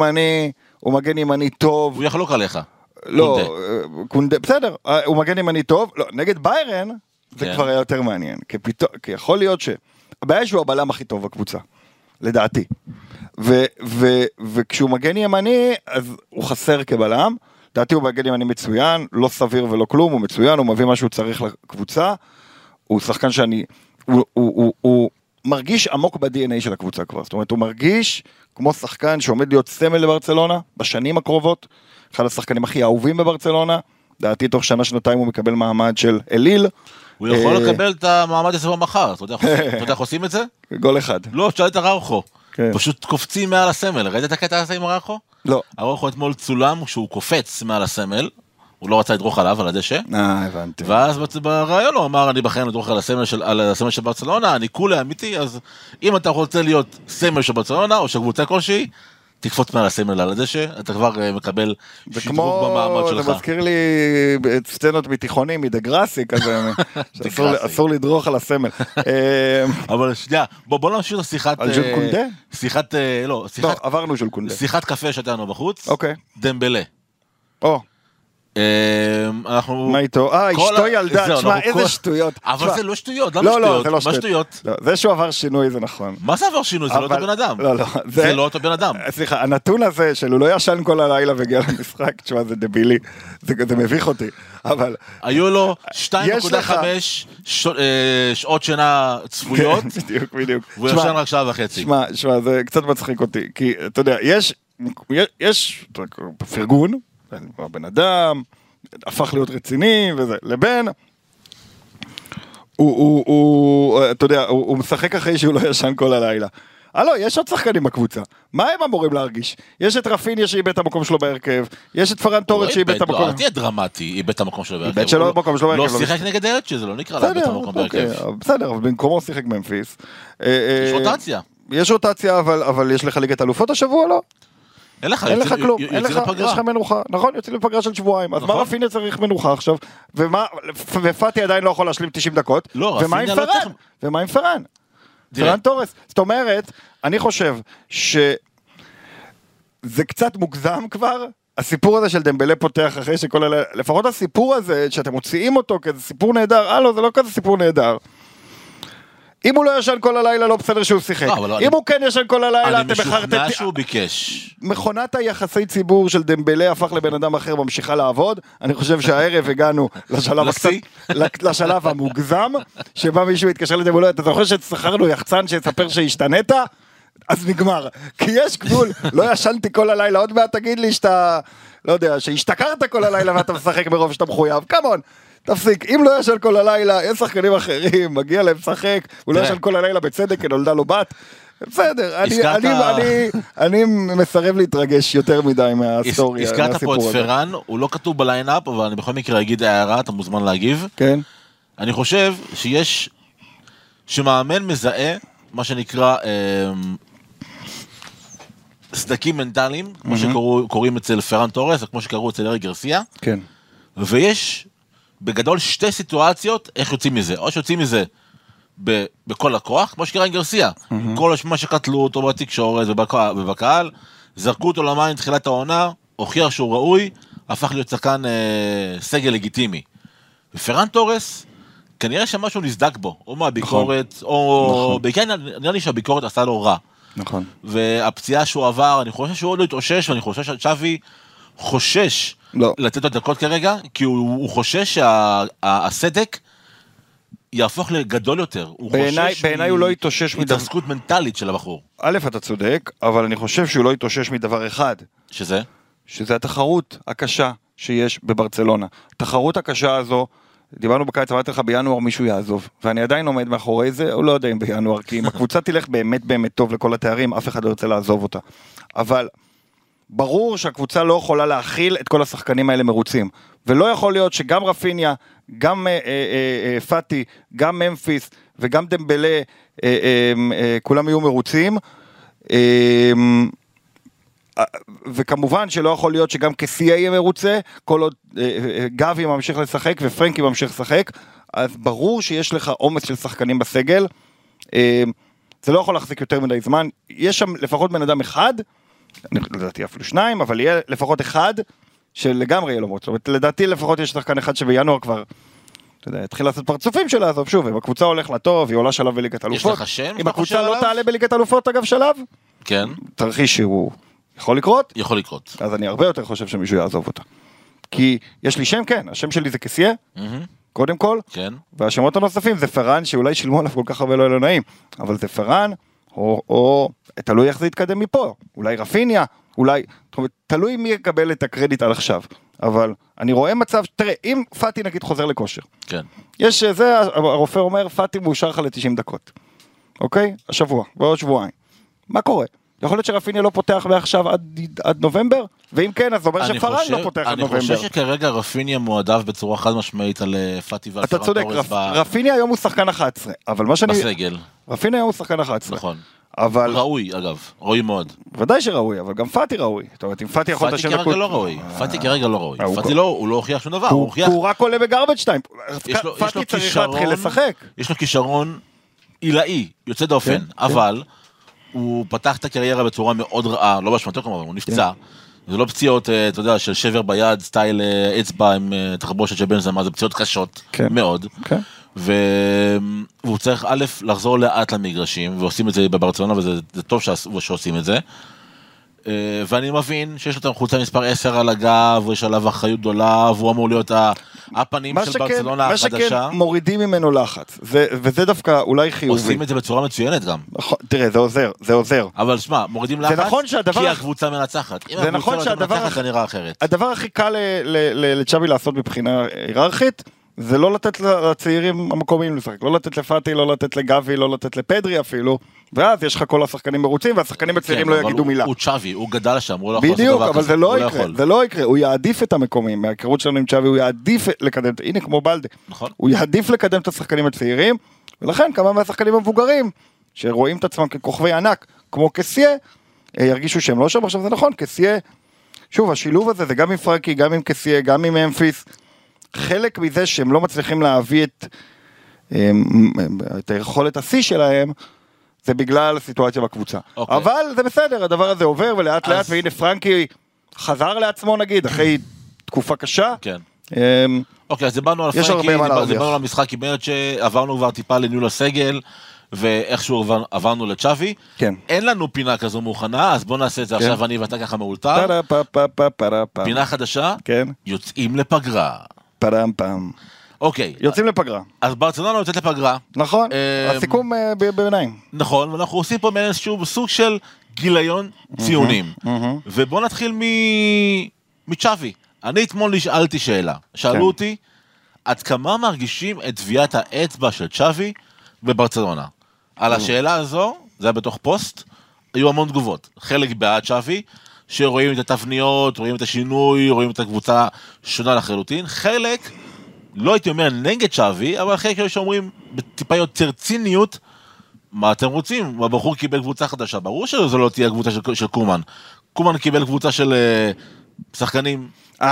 Speaker 3: מגן ימני טוב.
Speaker 2: הוא יחלוק עליך.
Speaker 3: לא, קונדה, בסדר, הוא מגן ימני טוב, לא, נגד ביירן, זה כבר היה יותר מעניין, כי יכול להיות הבעיה שהוא הבלם הכי טוב בקבוצה, לדעתי, וכשהוא מגן ימני, אז הוא חסר כבלם, לדעתי הוא מגן ימני מצוין, לא סביר ולא כלום, הוא מצוין, הוא מביא מה שהוא צריך לקבוצה, הוא שחקן הוא מרגיש עמוק ב-DNA של הקבוצה כבר, זאת אומרת, הוא מרגיש כמו שחקן שעומד להיות סמל לברצלונה, בשנים הקרובות, אחד השחקנים הכי אהובים בברצלונה, דעתי תוך שנה-שנתיים הוא מקבל מעמד של אליל,
Speaker 2: הוא יכול לקבל את המעמד הזה במחר, אתה יודע איך עושים את זה?
Speaker 3: גול אחד.
Speaker 2: לא, תשאל את אראוחו.
Speaker 3: כן.
Speaker 2: פשוט קופצים מעל הסמל, ראית את הקטע הזה עם אראוחו?
Speaker 3: לא.
Speaker 2: אראוחו אתמול צולם שהוא קופץ מעל הסמל, הוא לא רצה לדרוך עליו, על הדשא.
Speaker 3: הבנתי.
Speaker 2: ואז ברעיון הוא אמר, אני בחיים לדרוך על הסמל של ברצלונה, אני כולי אמיתי, אז אם אתה רוצה להיות סמל של ברצלונה, או של קבוצה כלשהי, תקפוץ מעל הסמל על הדשא, אתה כבר מקבל שדרוג במעמד שלך.
Speaker 3: זה מזכיר לי סצנות מתיכונים, מדגרסי כזה, שאסור לדרוך על הסמל.
Speaker 2: אבל שנייה, בוא נמשיך לשיחת...
Speaker 3: על ז'ול קונדה?
Speaker 2: שיחת, לא,
Speaker 3: עברנו ז'ול קונדה.
Speaker 2: שיחת קפה שתנו בחוץ.
Speaker 3: אוקיי.
Speaker 2: דמבלה. אנחנו...
Speaker 3: מה איתו? אשתו ילדה, תשמע, איזה שטויות.
Speaker 2: אבל זה לא שטויות, למה שטויות?
Speaker 3: לא, מה שטויות? זה שהוא עבר שינוי זה נכון.
Speaker 2: מה זה עבר שינוי? זה לא אותו בן אדם.
Speaker 3: לא.
Speaker 2: זה לא אותו בן אדם.
Speaker 3: סליחה, הנתון הזה של הוא לא ישן כל הלילה והגיע למשחק, תשמע, זה דבילי, זה מביך אותי, אבל...
Speaker 2: היו לו 2.5 שעות שינה צפויות.
Speaker 3: בדיוק.
Speaker 2: והוא ישן רק שעה וחצי.
Speaker 3: שמע, זה קצת מצחיק אותי, כי אתה יודע, יש פרגון, הבן אדם, הפך להיות רציני וזה, לבין, אתה יודע, הוא משחק אחרי שהוא לא ישן כל הלילה. יש עוד שחקנים בקבוצה, מה הם אמורים להרגיש? יש את רפיניה שאיבד את המקום שלו בהרכב, יש את פרן טורס שאיבד את המקום.
Speaker 2: אל תהיה דרמטי, איבד את המקום שלו בהרכב.
Speaker 3: איבד שלו את המקום שלו בהרכב.
Speaker 2: לא שיחק נגד אלט שזה לא נקרא לאבד את המקום בהרכב.
Speaker 3: בסדר, אבל במקומו שיחק ממפיס.
Speaker 2: יש רוטציה.
Speaker 3: יש רוטציה, אבל יש לך ליגת אלופות השבוע, לא?
Speaker 2: אין לך
Speaker 3: כלום, יש לך מנוחה, נכון, יוצאים לפגרה של שבועיים, אז מה רפיניה צריך מנוחה עכשיו, ופאטי עדיין לא יכול להשלים 90 דקות, ומה עם פרן? פרן טורס, זאת אומרת, אני חושב שזה קצת מוגזם כבר, הסיפור הזה של דמבלה פותח אחרי שכל לפחות הסיפור הזה, שאתם מוציאים אותו כזה סיפור נהדר, לא, זה לא כזה סיפור נהדר. אם הוא לא ישן כל הלילה, לא בסדר שהוא שיחק. אם הוא כן ישן כל הלילה,
Speaker 2: אתם בחרתם... אני משוכנע שהוא ביקש.
Speaker 3: מכונת היחסי ציבור של דמבלה הפך לבן אדם אחר, ממשיכה לעבוד. אני חושב שהערב הגענו לשלב המוגזם, שבה מישהו יתקשר לדמבלה, אתה זוכר ששכרנו יחצן שיספר שהשתנית? אז נגמר. כי יש גבול, לא ישנתי כל הלילה, עוד מעט תגיד לי שאתה, לא יודע, שהשתכרת כל הלילה ואתה משחק ברוב שאתה מחויב. כמון. תפסיק, אם לא ישן כל הלילה, אין שחקנים אחרים, מגיע להם לשחק, הוא לא ישן כל הלילה בצדק, כי נולדה לו בת, בסדר, אני מסרב להתרגש יותר מדי מההיסטוריה.
Speaker 2: הזכרת פה את פרן, הוא לא כתוב בליינאפ, אבל אני בכל מקרה אגיד הערה, אתה מוזמן להגיב.
Speaker 3: כן.
Speaker 2: אני חושב שמאמן מזהה, מה שנקרא, סדקים מנטליים, כמו שקוראים אצל פרן טורס, או כמו שקראו אצל ארי גרסיה.
Speaker 3: כן.
Speaker 2: ויש בגדול שתי סיטואציות, איך יוצאים מזה. או שיוצאים מזה בכל הכוח, כמו שקרה עם גרסיה. כל מה שקטלו אותו בתקשורת ובקהל, זרקו אותו למים תחילת העונה, הוכיח שהוא ראוי, הפך להיות שחקן סגל לגיטימי. ופרן טורס, כנראה שמשהו נסדק בו, או מהביקורת, או בעיקר נראה לי שהביקורת עשה לו רע.
Speaker 3: נכון.
Speaker 2: והפציעה שהוא עבר, אני חושב שהוא עוד לא התאושש, ואני חושב שצ'אבי חושש לתת לו דקות כרגע, כי הוא חושש שהסדק יהפוך לגדול יותר.
Speaker 3: בעיניי הוא לא יתאושש
Speaker 2: התעסקות מנטלית של הבחור.
Speaker 3: א', אתה צודק, אבל אני חושב שהוא לא יתאושש מדבר אחד.
Speaker 2: שזה?
Speaker 3: שזה התחרות הקשה שיש בברצלונה. התחרות הקשה הזו, דיברנו בקיץ, אמרתי לך בינואר מישהו יעזוב, ואני עדיין עומד מאחורי זה, הוא לא יודע אם בינואר, כי אם הקבוצה תלך באמת באמת טוב לכל התארים, אף אחד לא ירצה לעזוב אותה. אבל ברור שהקבוצה לא יכולה להכיל את כל השחקנים האלה מרוצים, ולא יכול להיות שגם רפיניה, גם פאטי, גם ממפיס וגם דמבלה, כולם יהיו מרוצים, וכמובן שלא יכול להיות שגם כסייה יהיה מרוצה, כל עוד גבי ממשיך לשחק ופרנקי ממשיך לשחק, אז ברור שיש לך עומס של שחקנים בסגל, זה לא יכול להחזיק יותר מדי זמן, יש שם לפחות בן אדם אחד, אני לדעתי אפילו שניים, אבל יהיה לפחות אחד, שלגמרי יהיה לו מוצא, לדעתי לפחות יש שחקן אחד שבינואר כבר, אתה יודע, התחיל לעשות פרצופים שלה, עזוב שוב, אם הקבוצה הולך לטוב, היא עולה שלב בליגת אלופות,
Speaker 2: יש לך שם?
Speaker 3: אם הקבוצה לא תעלה בליגת אלופות אגב שלב,
Speaker 2: כן.
Speaker 3: תרחיש שהוא יכול לקרות?
Speaker 2: יכול לקרות.
Speaker 3: אז אני הרבה יותר חושב שמישהו יעזוב אותה. כי יש לי שם, כן, השם שלי זה כסייה, קודם כל,
Speaker 2: כן.
Speaker 3: והשמות הנוספים זה פרן, שאולי שילמו עליו כל כך הרבה לא נעים, אבל זה פרן, או תלוי איך זה יתקדם מפה, אולי רפיניה, אולי, תלוי מי יקבל את הקרדיט על עכשיו. אבל אני רואה מצב, תראה, אם פאטי נגיד חוזר לכושר,
Speaker 2: כן.
Speaker 3: יש זה, הרופא אומר, פאטי מאושר לך ל-90 דקות, אוקיי? השבוע, ועוד שבועיים. מה קורה? יכול להיות שרפיניה לא פותח מעכשיו עד נובמבר? ואם כן, אז אומר שפרן לא פותח עד נובמבר.
Speaker 2: אני חושב שכרגע רפיניה מועדף בצורה חד משמעית על פאטי ועל
Speaker 3: אתה צודק, רפיניה היום הוא שחקן 11, אבל מה שאני...
Speaker 2: בסגל.
Speaker 3: רפיניה היום הוא שחקן 11.
Speaker 2: נכון.
Speaker 3: אבל...
Speaker 2: ראוי, אגב. ראוי מאוד.
Speaker 3: ודאי שראוי, אבל גם פאטי ראוי. זאת אומרת, אם פאטי יכול...
Speaker 2: פאטי כרגע לא ראוי. פאטי כרגע לא ראוי. פאטי הוא לא הוכיח שום דבר. הוא
Speaker 3: רק עולה בגרבג' 2. פאטי צריך להתחיל לשחק.
Speaker 2: יש לו כישרון עילאי, יוצא דופן, אבל הוא פתח את הקריירה בצורה מאוד רעה, לא באשמתו כמובן, הוא נפצע. זה לא פציעות, אתה יודע, של שבר ביד, סטייל אצבע עם תחבושת של בן זמה, זה פציעות קשות מאוד. והוא צריך א' לחזור לאט למגרשים, ועושים את זה בברצלונה, וזה טוב שעושים את זה. ואני מבין שיש לו את החולצה מספר 10 על הגב, ויש עליו אחריות גדולה, והוא אמור להיות הפנים של ברצלונה החדשה.
Speaker 3: מה שכן, מורידים ממנו לחץ, וזה דווקא אולי חיובי.
Speaker 2: עושים את זה בצורה מצוינת גם.
Speaker 3: תראה, זה עוזר.
Speaker 2: אבל שמע, מורידים לחץ, כי הקבוצה מנצחת. אם הקבוצה לא מנצחת, זה נראה אחרת.
Speaker 3: הדבר הכי קל לצ'אבי לעשות מבחינה היררכית, זה לא לתת לצעירים המקומיים לשחק, לא לתת לפאטי, לא לתת לגבי, לא לתת לפדרי אפילו, ואז יש לך כל השחקנים מרוצים, והשחקנים הצעירים לא יגידו מילה.
Speaker 2: הוא צ'אבי, הוא גדל שם, הוא לא יכול לעשות
Speaker 3: בדיוק,
Speaker 2: דבר כזה.
Speaker 3: אבל זה לא יקרה, זה לא יקרה, הוא יעדיף את המקומיים, מההיכרות שלנו עם צ'אבי, הוא יעדיף לקדם, הנה כמו בלדה, הוא יעדיף לקדם את השחקנים הצעירים, ולכן כמה מהשחקנים המבוגרים, שרואים את עצמם ככוכבי ענק, כמו קסיה, ירגישו שהם לא שם, עכשיו זה נכון, קסיה, שוב, השילוב הזה, זה גם עם פרקי, גם עם קסיה, גם עם אמפיס, חלק מזה שהם לא מצליחים להביא את היכולת השיא שלהם, זה בגלל הסיטואציה בקבוצה. אבל זה בסדר, הדבר הזה עובר, ולאט לאט, והנה פרנקי חזר לעצמו נגיד, אחרי תקופה קשה.
Speaker 2: כן. אוקיי, אז דיברנו על פרנקי, דיברנו על המשחק, כי באמת שעברנו כבר טיפה לניהול הסגל, ואיכשהו עברנו לצ'אבי.
Speaker 3: כן.
Speaker 2: אין לנו פינה כזו מוכנה, אז בואו נעשה את זה עכשיו, אני ואתה ככה מאולתר. פינה חדשה, יוצאים לפגרה.
Speaker 3: פרם פם.
Speaker 2: אוקיי.
Speaker 3: יוצאים לפגרה.
Speaker 2: אז ברצלונה יוצאת לפגרה.
Speaker 3: נכון, הסיכום ביניים.
Speaker 2: נכון, ואנחנו עושים פה איזשהו סוג של גיליון ציונים. ובואו נתחיל מצ'אבי. אני אתמול נשאלתי שאלה. שאלו אותי, עד כמה מרגישים את טביעת האצבע של צ'אבי בברצלונה? על השאלה הזו, זה היה בתוך פוסט, היו המון תגובות. חלק בעד צ'אבי, שרואים את התבניות, רואים את השינוי, רואים את הקבוצה שונה לחלוטין. חלק, לא הייתי אומר נגד צ'אבי, אבל חלק שאומרים בטיפה יותר ציניות, מה אתם רוצים? הבחור קיבל קבוצה חדשה, ברור שזו לא תהיה קבוצה של קומן. קומן קיבל קבוצה של שחקנים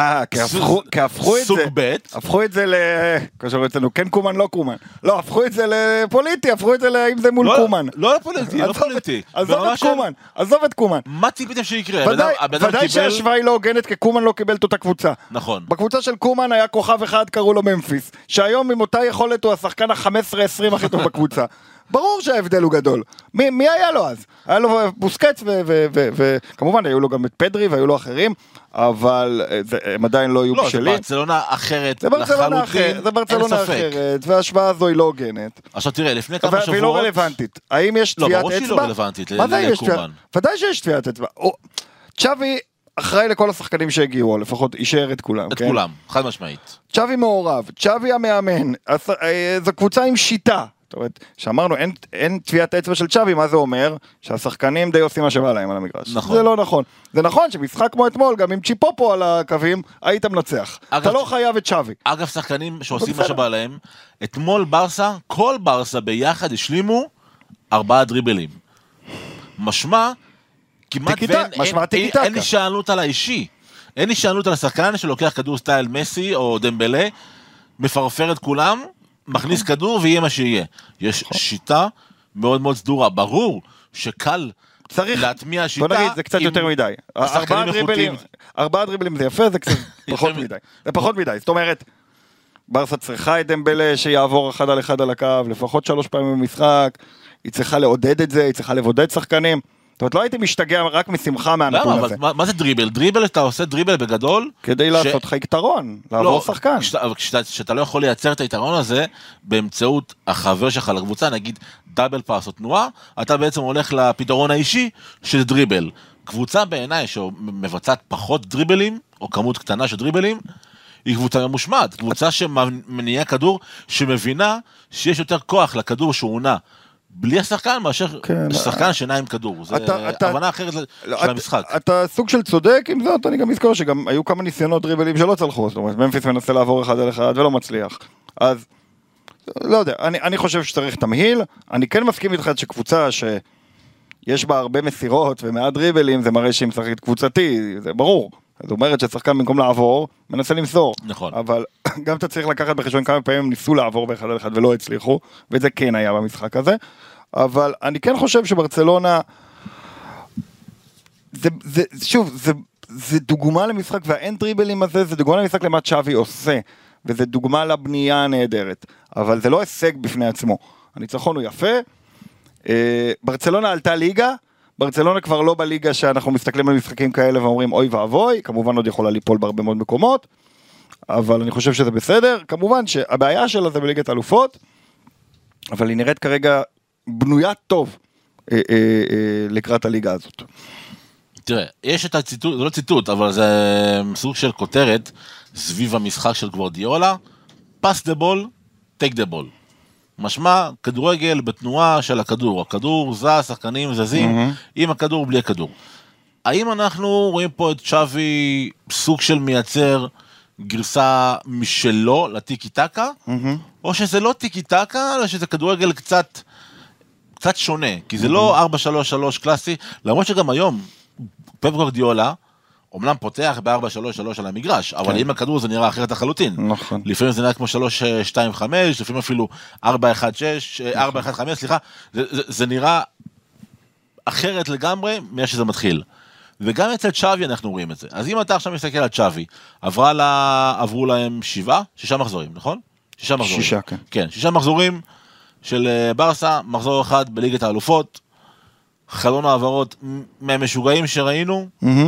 Speaker 3: כי הפכו את זה, הפכו את זה כאשר אצלנו, כן קומן, לא קומן. לא, הפכו את זה לפוליטי, הפכו את זה אם זה מול קומן.
Speaker 2: לא לפוליטי, לא פוליטי.
Speaker 3: עזוב את קומן.
Speaker 2: מה ציפיתם שיקרה?
Speaker 3: ודאי שהשוואה היא לא הוגנת, כי קומן לא קיבל את אותה קבוצה.
Speaker 2: נכון.
Speaker 3: בקבוצה של קומן היה כוכב אחד, קראו לו ממפיס, שהיום עם אותה יכולת הוא השחקן ה-15-20 הכי טוב בקבוצה. ברור שההבדל הוא גדול. מי היה לו אז? היה לו בוסקץ וכמובן היו לו גם את פדרי והיו לו אחרים, אבל הם עדיין לא היו בשלים.
Speaker 2: לא, זה ברצלונה אחרת לחלוטין,
Speaker 3: זה ברצלונה אחרת, וההשוואה הזו היא לא הוגנת.
Speaker 2: עכשיו תראה, לפני כמה שבועות...
Speaker 3: והיא לא רלוונטית. האם יש טביעת אצבע?
Speaker 2: לא, ברור שהיא לא רלוונטית לקומן.
Speaker 3: ודאי שיש טביעת אצבע. צ'אבי אחראי לכל השחקנים שהגיעו, לפחות אישר את כולם.
Speaker 2: את כולם, חד משמעית.
Speaker 3: צ'אבי מעורב, צ'אבי המאמן, זו קבוצה עם שיטה. זאת אומרת, שאמרנו, אין טביעת אצבע של צ'אבי, מה זה אומר? שהשחקנים די עושים מה שבא להם על המגרש.
Speaker 2: נכון.
Speaker 3: זה לא נכון. זה נכון שמשחק כמו אתמול, גם עם צ'יפופו על הקווים, היית מנצח. אתה לא חייב את צ'אבי.
Speaker 2: אגב, שחקנים שעושים מה שבא להם, אתמול ברסה, כל ברסה ביחד השלימו 4 דריבלים. משמע, כמעט אין לי שענות על האישי. אין לי שענות על השחקן שלוקח כדור סטייל מסי או דמבלה, מפרפר את כולם, מכניס כדור ויהיה מה שיהיה. יש שיטה מאוד מאוד סדורה. ברור שקל להטמיע שיטה.
Speaker 3: בוא נגיד, זה קצת יותר מדי. 4 דריבלים זה יפה, זה קצת פחות מדי. זה פחות מדי. זאת אומרת, ברסה צריכה את דמבלה שיעבור 1 על 1 על הקו, לפחות 3 פעמים במשחק, היא צריכה לעודד את זה, היא צריכה לבודד שחקנים. זאת אומרת, לא הייתי משתגע רק משמחה מהנתון הזה.
Speaker 2: מה זה דריבל? דריבל, אתה עושה דריבל בגדול?
Speaker 3: כדי לעשות לך יתרון, לעבור שחקן.
Speaker 2: כשאתה לא יכול לייצר את היתרון הזה, באמצעות החבר שלך לקבוצה, נגיד דאבל פאס או תנועה, אתה בעצם הולך לפתרון האישי של דריבל. קבוצה בעיניי שמבצעת פחות דריבלים, או כמות קטנה של דריבלים, היא קבוצה ממושמעת, קבוצה שמניעה כדור, שמבינה שיש יותר כוח לכדור שהוא עונה, בלי השחקן מאשר שחקן שינה עם כדור, זו הבנה אחרת של המשחק.
Speaker 3: אתה סוג של צודק, עם זאת אני גם אזכור שגם היו כמה ניסיונות דריבלים שלא צלחו, זאת אומרת, ממפיס מנסה לעבור אחד על אחד ולא מצליח, אז לא יודע, אני חושב שצריך תמהיל, אני כן מסכים איתך שקבוצה שיש בה הרבה מסירות ומעט דריבלים, זה מראה שהיא משחקת קבוצתי, זה ברור, זאת אומרת ששחקן במקום לעבור, מנסה למסור.
Speaker 2: נכון.
Speaker 3: אבל גם אתה צריך לקחת בחשבון כמה פעמים הם ניסו לעבור באחד על אחד ולא הצליחו, וזה כן היה במשחק הזה. אבל אני כן חושב שברצלונה, זה דוגמה למשחק, והאין דריבלים הזה, זה דוגמה למשחק למה צ'אבי עושה, וזה דוגמה לבנייה הנהדרת. אבל זה לא הישג בפני עצמו. הניצחון הוא יפה, ברצלונה עלתה ליגה, ברצלונה כבר לא בליגה שאנחנו מסתכלים על משחקים כאלה ואומרים אוי ואבוי, כמובן עוד יכולה ליפול בהרבה מאוד מקומות, אבל אני חושב שזה בסדר, כמובן שהבעיה שלה זה בליגת אלופות, אבל היא נראית כרגע בנויה טוב לקראת הליגה הזאת.
Speaker 2: תראה, יש את הציטוט, זה לא ציטוט, אבל זה סוג של כותרת סביב המשחק של גוורדיולה, pass the ball, take the ball. משמע, כדורגל בתנועה של הכדור. הכדור זז, שחקנים זזים, עם הכדור בלי הכדור. האם אנחנו רואים פה את צ'אבי סוג של מייצר גרסה משלו לטיקי טקה, או שזה לא טיקי טקה, אלא שזה כדורגל קצת שונה, כי זה לא 4-3-3 קלאסי, למרות שגם היום, פפ גוורדיולה, אומנם פותח ב-4-3-3 על המגרש, אבל אם הכדור זה נראה אחרת לחלוטין.
Speaker 3: נכון.
Speaker 2: לפעמים זה נראה כמו 3-2-5, לפעמים אפילו 4-1-6, 4-1-5, סליחה, זה נראה אחרת לגמרי מה שזה מתחיל. וגם אצל צ'אבי אנחנו רואים את זה. אז אם אתה עכשיו מסתכל על צ'אבי, עברו להם 6 מחזורים, נכון? 6 מחזורים.
Speaker 3: 6, כן.
Speaker 2: כן, 6 מחזורים של ברסה, מחזור אחד בליגת האלופות, חלון העברות מהמשוגעים שראינו,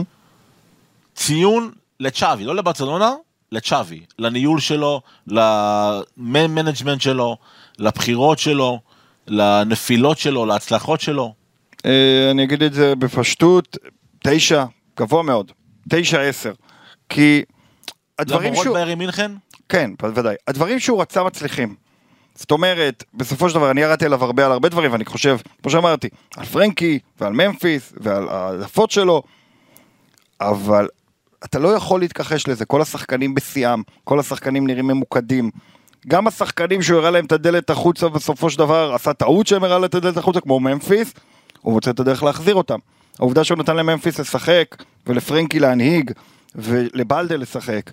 Speaker 2: ציון לצ'אבי, לא לברצלונה, לצ'אבי, לניהול שלו, למנג'מנט שלו, לבחירות שלו, לנפילות שלו, להצלחות שלו.
Speaker 3: אני אגיד את זה בפשטות, 9, גבוה מאוד, 9-10, כי הדברים
Speaker 2: למרות ביירן מינכן?
Speaker 3: כן, בוודאי, הדברים שהוא רצה מצליחים. זאת אומרת, בסופו של דבר, אני ירדתי אליו הרבה על הרבה דברים, ואני חושב, כמו שאמרתי, על פרנקי ועל ממפיס ועל העדפות שלו, אבל אתה לא יכול להתכחש לזה, כל השחקנים בשיאם, כל השחקנים נראים ממוקדים, גם השחקנים שהוא הראה להם את הדלת החוצה, בסופו של דבר עשה טעות שהם הראה להם את הדלת החוצה, כמו ממפיס, הוא מוצא את הדרך להחזיר אותם. העובדה שהוא נתן לממפיס לשחק, ולפרנקי להנהיג, ולבלדה לשחק,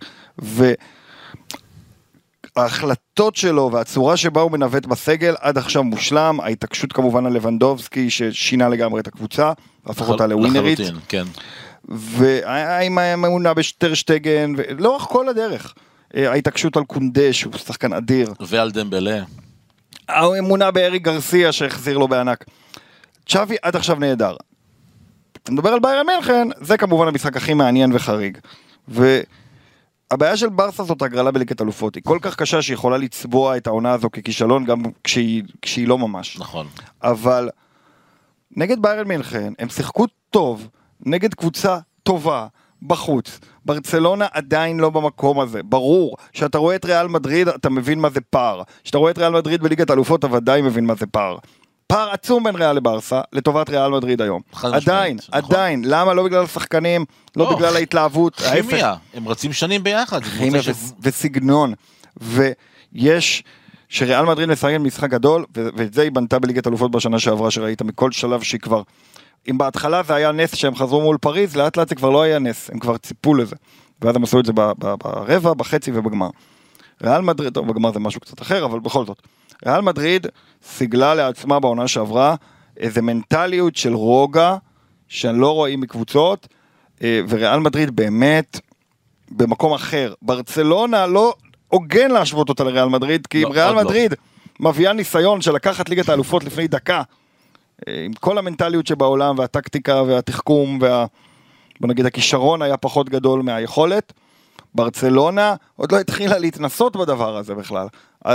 Speaker 3: ההחלטות שלו והצורה שבה הוא מנווט בסגל עד עכשיו מושלם, ההתעקשות כמובן על לבנדובסקי ששינה לגמרי את הקבוצה, והפך אותה לווינרית.
Speaker 2: כן.
Speaker 3: ועם האמונה בשטרשטגן, ולאורך כל הדרך, ההתעקשות על קונדה שהוא שחקן אדיר.
Speaker 2: ועל דמבלה.
Speaker 3: האמונה בארי גרסיה שהחזיר לו בענק. צ'אבי עד עכשיו נהדר. אתה מדבר על ביירן מינכן, זה כמובן המשחק הכי מעניין וחריג. הבעיה של ברסה זאת הגרלה בליגת אלופות, היא כל כך קשה שהיא יכולה לצבוע את העונה הזו ככישלון גם כשהיא לא ממש.
Speaker 2: נכון.
Speaker 3: אבל נגד ביירן מינכן הם שיחקו טוב, נגד קבוצה טובה, בחוץ. ברצלונה עדיין לא במקום הזה. ברור שאתה רואה את ריאל מדריד, אתה מבין מה זה פער. שאתה רואה את ריאל מדריד בליגת אלופות, אתה ודאי מבין מה זה פער. פער עצום בין ריאל לברסה, לטובת ריאל מדריד היום. עדיין. למה? לא בגלל השחקנים, לא בגלל ההתלהבות.
Speaker 2: כימיה, הם רצים שנים ביחד.
Speaker 3: כימיה וסגנון. ויש שריאל מדריד משחק משחק גדול, ואת זה היא בנתה בליגת אלופות בשנה שעברה, שראית מכל שלב שהיא כבר... אם בהתחלה זה היה נס שהם חזרו מול פריז, לאט לאט זה כבר לא היה נס, הם כבר ציפו לזה. ואז הם עשו את זה ברבע, בחצי ובגמר. ריאל מדריד, טוב, בגמר זה משהו קצת אחר, אבל בכל זאת. ריאל מדריד סיגלה לעצמה בעונה שעברה איזה מנטליות של רוגע, שאני לא רואים מקבוצות, וריאל מדריד באמת במקום אחר. ברצלונה לא הוגן להשוות אותה לריאל מדריד, כי אם ריאל מדריד מביאה ניסיון של לקחת ליגת האלופות לפני דקה, עם כל המנטליות שבעולם, והטקטיקה והתחכום, בוא נגיד הכישרון היה פחות גדול מהיכולת, ברצלונה עוד לא התחילה להתנסות בדבר הזה בכלל. אז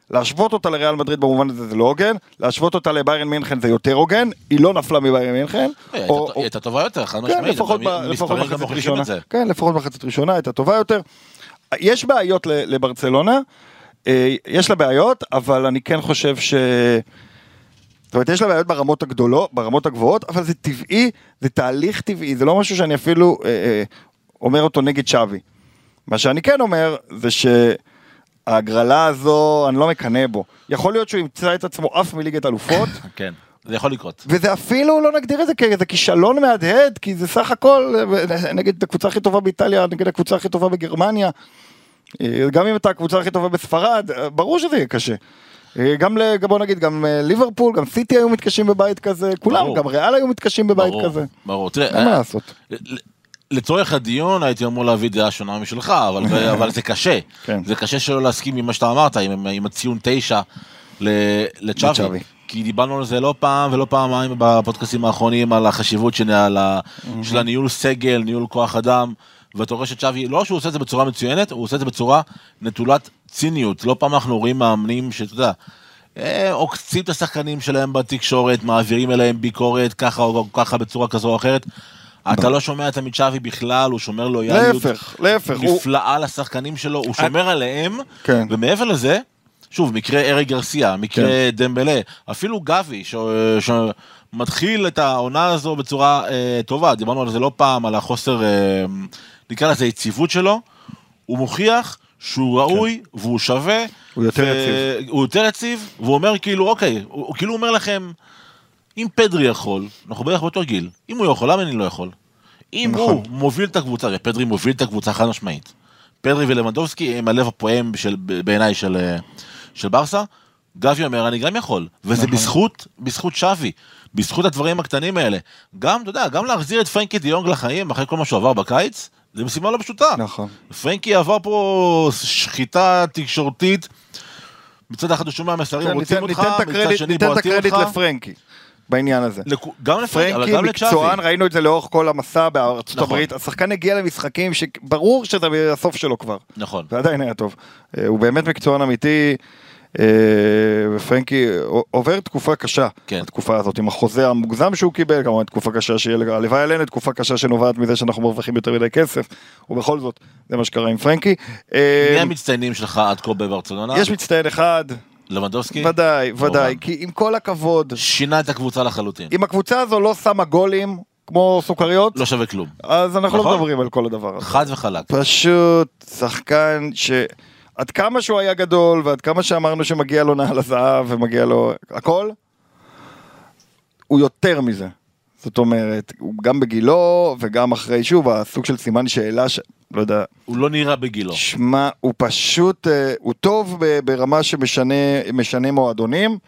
Speaker 3: להשוות אותה לריאל מדריד במובן הזה זה לא הוגן, להשוות אותה לביירן מינכן זה יותר הוגן, היא לא נפלה מביירן מינכן.
Speaker 2: היא הייתה טובה יותר, חד משמעית.
Speaker 3: לפחות מחצית ראשונה. כן, לפחות מחצית ראשונה הייתה טובה יותר. יש בעיות לברצלונה, יש לה בעיות, אבל אני כן חושב זאת אומרת, יש לה בעיות ברמות הגדולות, ברמות הגבוהות, אבל זה טבעי, זה תהליך טבעי, זה לא משהו שאני אפילו אומר אותו נגד שווי. מה שאני כן אומר, זה שההגרלה הזו, אני לא מקנה בו. יכול להיות שהוא ימצא את עצמו אף מליגת אלופות.
Speaker 2: כן, זה יכול לקרות.
Speaker 3: וזה אפילו לא נגדיר את זה כאיזה כישלון מהדהד, כי זה סך הכל, נגד הקבוצה הכי טובה באיטליה, נגד הקבוצה הכי טובה בגרמניה, גם אם אתה הקבוצה הכי טובה בספרד, ברור שזה יהיה קשה. גם בוא נגיד, גם ליברפול, גם סיטי היו מתקשים בבית כזה, כולם, גם ריאל היו מתקשים בבית כזה.
Speaker 2: ברור,
Speaker 3: תראה, מה לעשות?
Speaker 2: לצורך הדיון הייתי אמור להביא דעה שונה משלך, אבל זה קשה. זה קשה שלא להסכים עם מה שאתה אמרת, עם הציון 9 לצ'אבי. כי דיברנו על זה לא פעם ולא פעמיים בפודקאסים האחרונים, על החשיבות של הניהול סגל, ניהול כוח אדם, ואתה רואה שצ'אבי, לא שהוא עושה את זה בצורה מצוינת, הוא עושה את זה בצורה נטולת ציניות. לא פעם אנחנו רואים מאמנים שאתה יודע, עוקצים את השחקנים שלהם בתקשורת, מעבירים אליהם ביקורת, ככה או ככה בצורה כזו או אחרת. אתה לא שומע את מצ'אבי בכלל, הוא שומר לויאליות נפלאה לשחקנים שלו, הוא שומר עליהם, ומעבר לזה, שוב, מקרה ארי גרסיה, מקרה דמבלה, אפילו גבי, שמתחיל את העונה הזו בצורה טובה, דיברנו על זה לא פעם, על החוסר, נקרא לזה יציבות שלו, הוא מוכיח שהוא ראוי, והוא שווה, הוא יותר יציב, והוא אומר כאילו, אוקיי, הוא כאילו אומר לכם, אם פדרי יכול, אנחנו בערך באותו גיל, אם הוא יכול, למה אני לא יכול? אם הוא מוביל את הקבוצה, פדרי מוביל את הקבוצה חד משמעית, פדרי ולמנדובסקי הם הלב הפועם בעיניי של ברסה, גבי אומר, אני גם יכול, וזה בזכות שווי, בזכות הדברים הקטנים האלה. גם, אתה יודע, גם להחזיר את פרנקי דיונג לחיים, אחרי כל מה שהוא עבר בקיץ, זה משימה לא פשוטה.
Speaker 3: נכון.
Speaker 2: פרנקי עבר פה שחיטה תקשורתית, מצד אחד הוא שומע מסרים, רוצים אותך, מצד שני בועטים אותך.
Speaker 3: ניתן את הקרדיט לפרנקי, בעניין הזה.
Speaker 2: גם לפרנקי, אבל גם לצ'אבי.
Speaker 3: מקצוען, ראינו את זה לאורך כל המסע בארצות הברית, השחקן הגיע למשחקים שברור שזה הסוף שלו כבר.
Speaker 2: נכון.
Speaker 3: ועדיין היה טוב. הוא באמת מקצוען אמיתי, ופרנקי עובר תקופה קשה, התקופה הזאת, עם החוזה המוגזם שהוא קיבל, כמובן תקופה קשה שיהיה הלוואי עלינו, תקופה קשה שנובעת מזה שאנחנו מרוויחים יותר מדי כסף, ובכל זאת, זה מה שקרה עם פרנקי.
Speaker 2: מי המצטיינים שלך עד כה בברצלונה?
Speaker 3: יש מצטיין אחד.
Speaker 2: למנדובסקי?
Speaker 3: ודאי, כי עם כל הכבוד...
Speaker 2: שינה את הקבוצה לחלוטין.
Speaker 3: אם הקבוצה הזו לא שמה גולים, כמו סוכריות...
Speaker 2: לא שווה כלום.
Speaker 3: אז אנחנו לא מדברים על כל הדבר הזה.
Speaker 2: חד וחלק.
Speaker 3: פשוט שחקן עד כמה שהוא היה גדול, ועד כמה שאמרנו שמגיע לו נעל הזהב, ומגיע לו הכל, הוא יותר מזה. זאת אומרת, הוא גם בגילו, וגם אחרי, שוב, הסוג של סימן שאלה, לא יודע.
Speaker 2: הוא לא נראה בגילו.
Speaker 3: שמה, הוא פשוט, הוא טוב ברמה שמשנה מועדונים,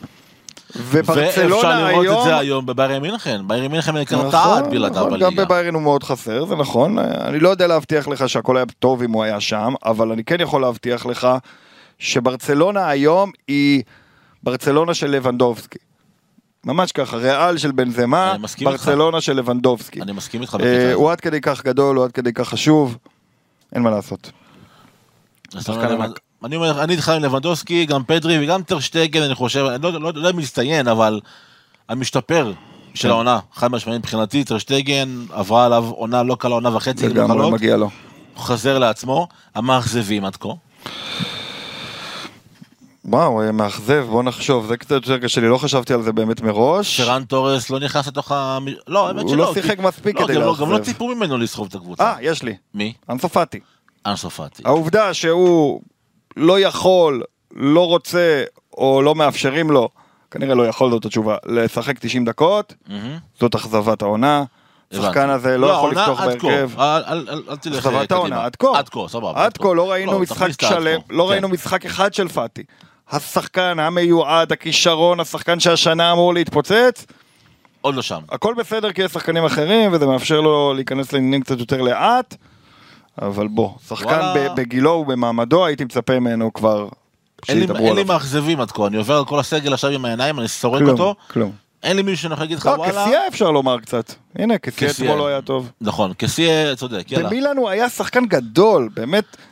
Speaker 2: ואפשר לראות את זה היום בביירן מינכן. ביירן מינכן קרתה בלעדיו בליגה.
Speaker 3: גם בביירן הוא מאוד חסר, זה נכון. אני לא יודע להבטיח לך שהכל היה טוב אם הוא היה שם, אבל אני כן יכול להבטיח לך שברצלונה היום היא ברצלונה של לבנדובסקי. ממש ככה, ריאל של בנזמה, ברצלונה של לבנדובסקי.
Speaker 2: אני מסכים איתך.
Speaker 3: הוא עד כדי כך גדול, הוא עד כדי כך חשוב, אין מה לעשות.
Speaker 2: אני אומר, אני איתך עם לבנדובסקי, גם פדרי וגם טרשטגן, אני חושב, אני לא יודע מלהסתיין, אבל המשתפר של העונה, חד משמעית מבחינתי, טרשטגן עברה עליו עונה לא קלה, עונה וחצי,
Speaker 3: זה גם לא מגיע לו.
Speaker 2: הוא חזר לעצמו, המאכזבים עד כה.
Speaker 3: וואו, מאכזב, בוא נחשוב, זה קצת יותר קשה לי, לא חשבתי על זה באמת מראש.
Speaker 2: פרן טורס לא נכנס לתוך לא, האמת שלא.
Speaker 3: הוא לא שיחק מספיק כדי לאכזב.
Speaker 2: גם לא ציפו ממנו לסחוב את הקבוצה.
Speaker 3: יש לי.
Speaker 2: מי?
Speaker 3: אנסו פאטי.
Speaker 2: אנסו פאטי.
Speaker 3: העובדה שהוא לא יכול, לא רוצה, או לא מאפשרים לו, כנראה לא יכול, זאת התשובה, לשחק 90 דקות, זאת אכזבת העונה. השחקן הזה לא יכול לפתוח בהרכב.
Speaker 2: אל תלך קדימה.
Speaker 3: עד כה,
Speaker 2: סבבה.
Speaker 3: עד כה, לא ראינו משחק שלם, לא ראינו משחק אחד של פאטי. השחקן המיועד, הכישרון, השחקן שהשנה אמור להתפוצץ,
Speaker 2: עוד לא שם.
Speaker 3: הכל בסדר כי יש שחקנים אחרים, וזה מאפשר לו להיכנס לעניינים קצת יותר לאט, אבל בוא, שחקן בגילו ובמעמדו, הייתי מצפה ממנו כבר שידברו עליו.
Speaker 2: אין לי מאכזבים עד כה, אני עובר על כל הסגל עכשיו עם העיניים, אני סורק אותו.
Speaker 3: כלום.
Speaker 2: אין לי מישהו שאני יכול להגיד לך,
Speaker 3: וואלה. לא, כסייה אפשר לומר קצת. הנה, כסייה אתמול לא היה טוב.
Speaker 2: נכון, כסייה צודק, יאללה.
Speaker 3: במילאן הוא היה שחקן גדול, באמת,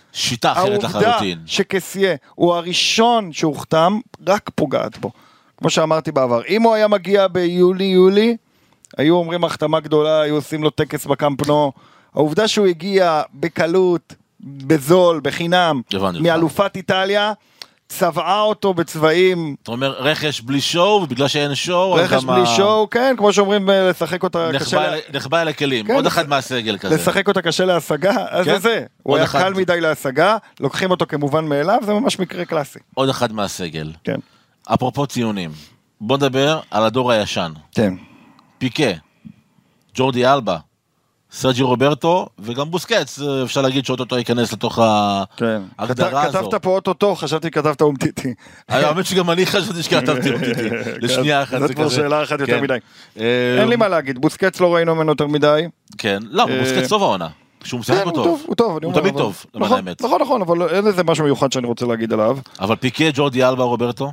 Speaker 2: שיטה אחרת לחלוטין.
Speaker 3: העובדה שקסיה הוא הראשון שהוחתם, רק פוגעת בו. כמו שאמרתי בעבר, אם הוא היה מגיע ביולי, היו אומרים החתמה גדולה, היו עושים לו טקס בקמפנו. העובדה שהוא הגיע בקלות, בזול, בחינם, מאלופת איטליה, צבעה אותו בצבעים.
Speaker 2: אתה אומר, רכש בלי שואו, ובגלל שאין שואו...
Speaker 3: רכש בלי שואו, כן, כמו שאומרים, לשחק אותה
Speaker 2: קשה... נחבא אל הכלים, עוד אחד מהסגל כזה.
Speaker 3: לשחק אותה קשה להשגה, אז זה. הוא היה קל מדי להשגה, לוקחים אותו כמובן מאליו, זה ממש מקרה קלאסי.
Speaker 2: עוד אחד מהסגל.
Speaker 3: כן.
Speaker 2: אפרופו ציונים, בוא נדבר על הדור הישן.
Speaker 3: כן.
Speaker 2: פיקה, ג'ורדי אלבה, סרג'י רוברטו, וגם בוסקץ, אפשר להגיד שאוטוטו ייכנס לתוך ההגדרה הזו.
Speaker 3: כתבת פה אוטוטו, חשבתי כתבת אומטיטי.
Speaker 2: האמת שגם אני חשבתי שכתבתי אומטיטי, לשנייה אחת.
Speaker 3: זאת כבר שאלה אחת יותר מדי. אין לי מה להגיד, בוסקץ לא ראינו ממנו יותר מדי.
Speaker 2: כן, לא, בוסקץ טוב העונה. כשהוא משחק הוא טוב.
Speaker 3: הוא טוב,
Speaker 2: הוא תמיד טוב, למען האמת.
Speaker 3: נכון, אבל אין איזה משהו מיוחד שאני רוצה להגיד עליו.
Speaker 2: אבל פיקה, ג'ורדי אלבה, רוברטו?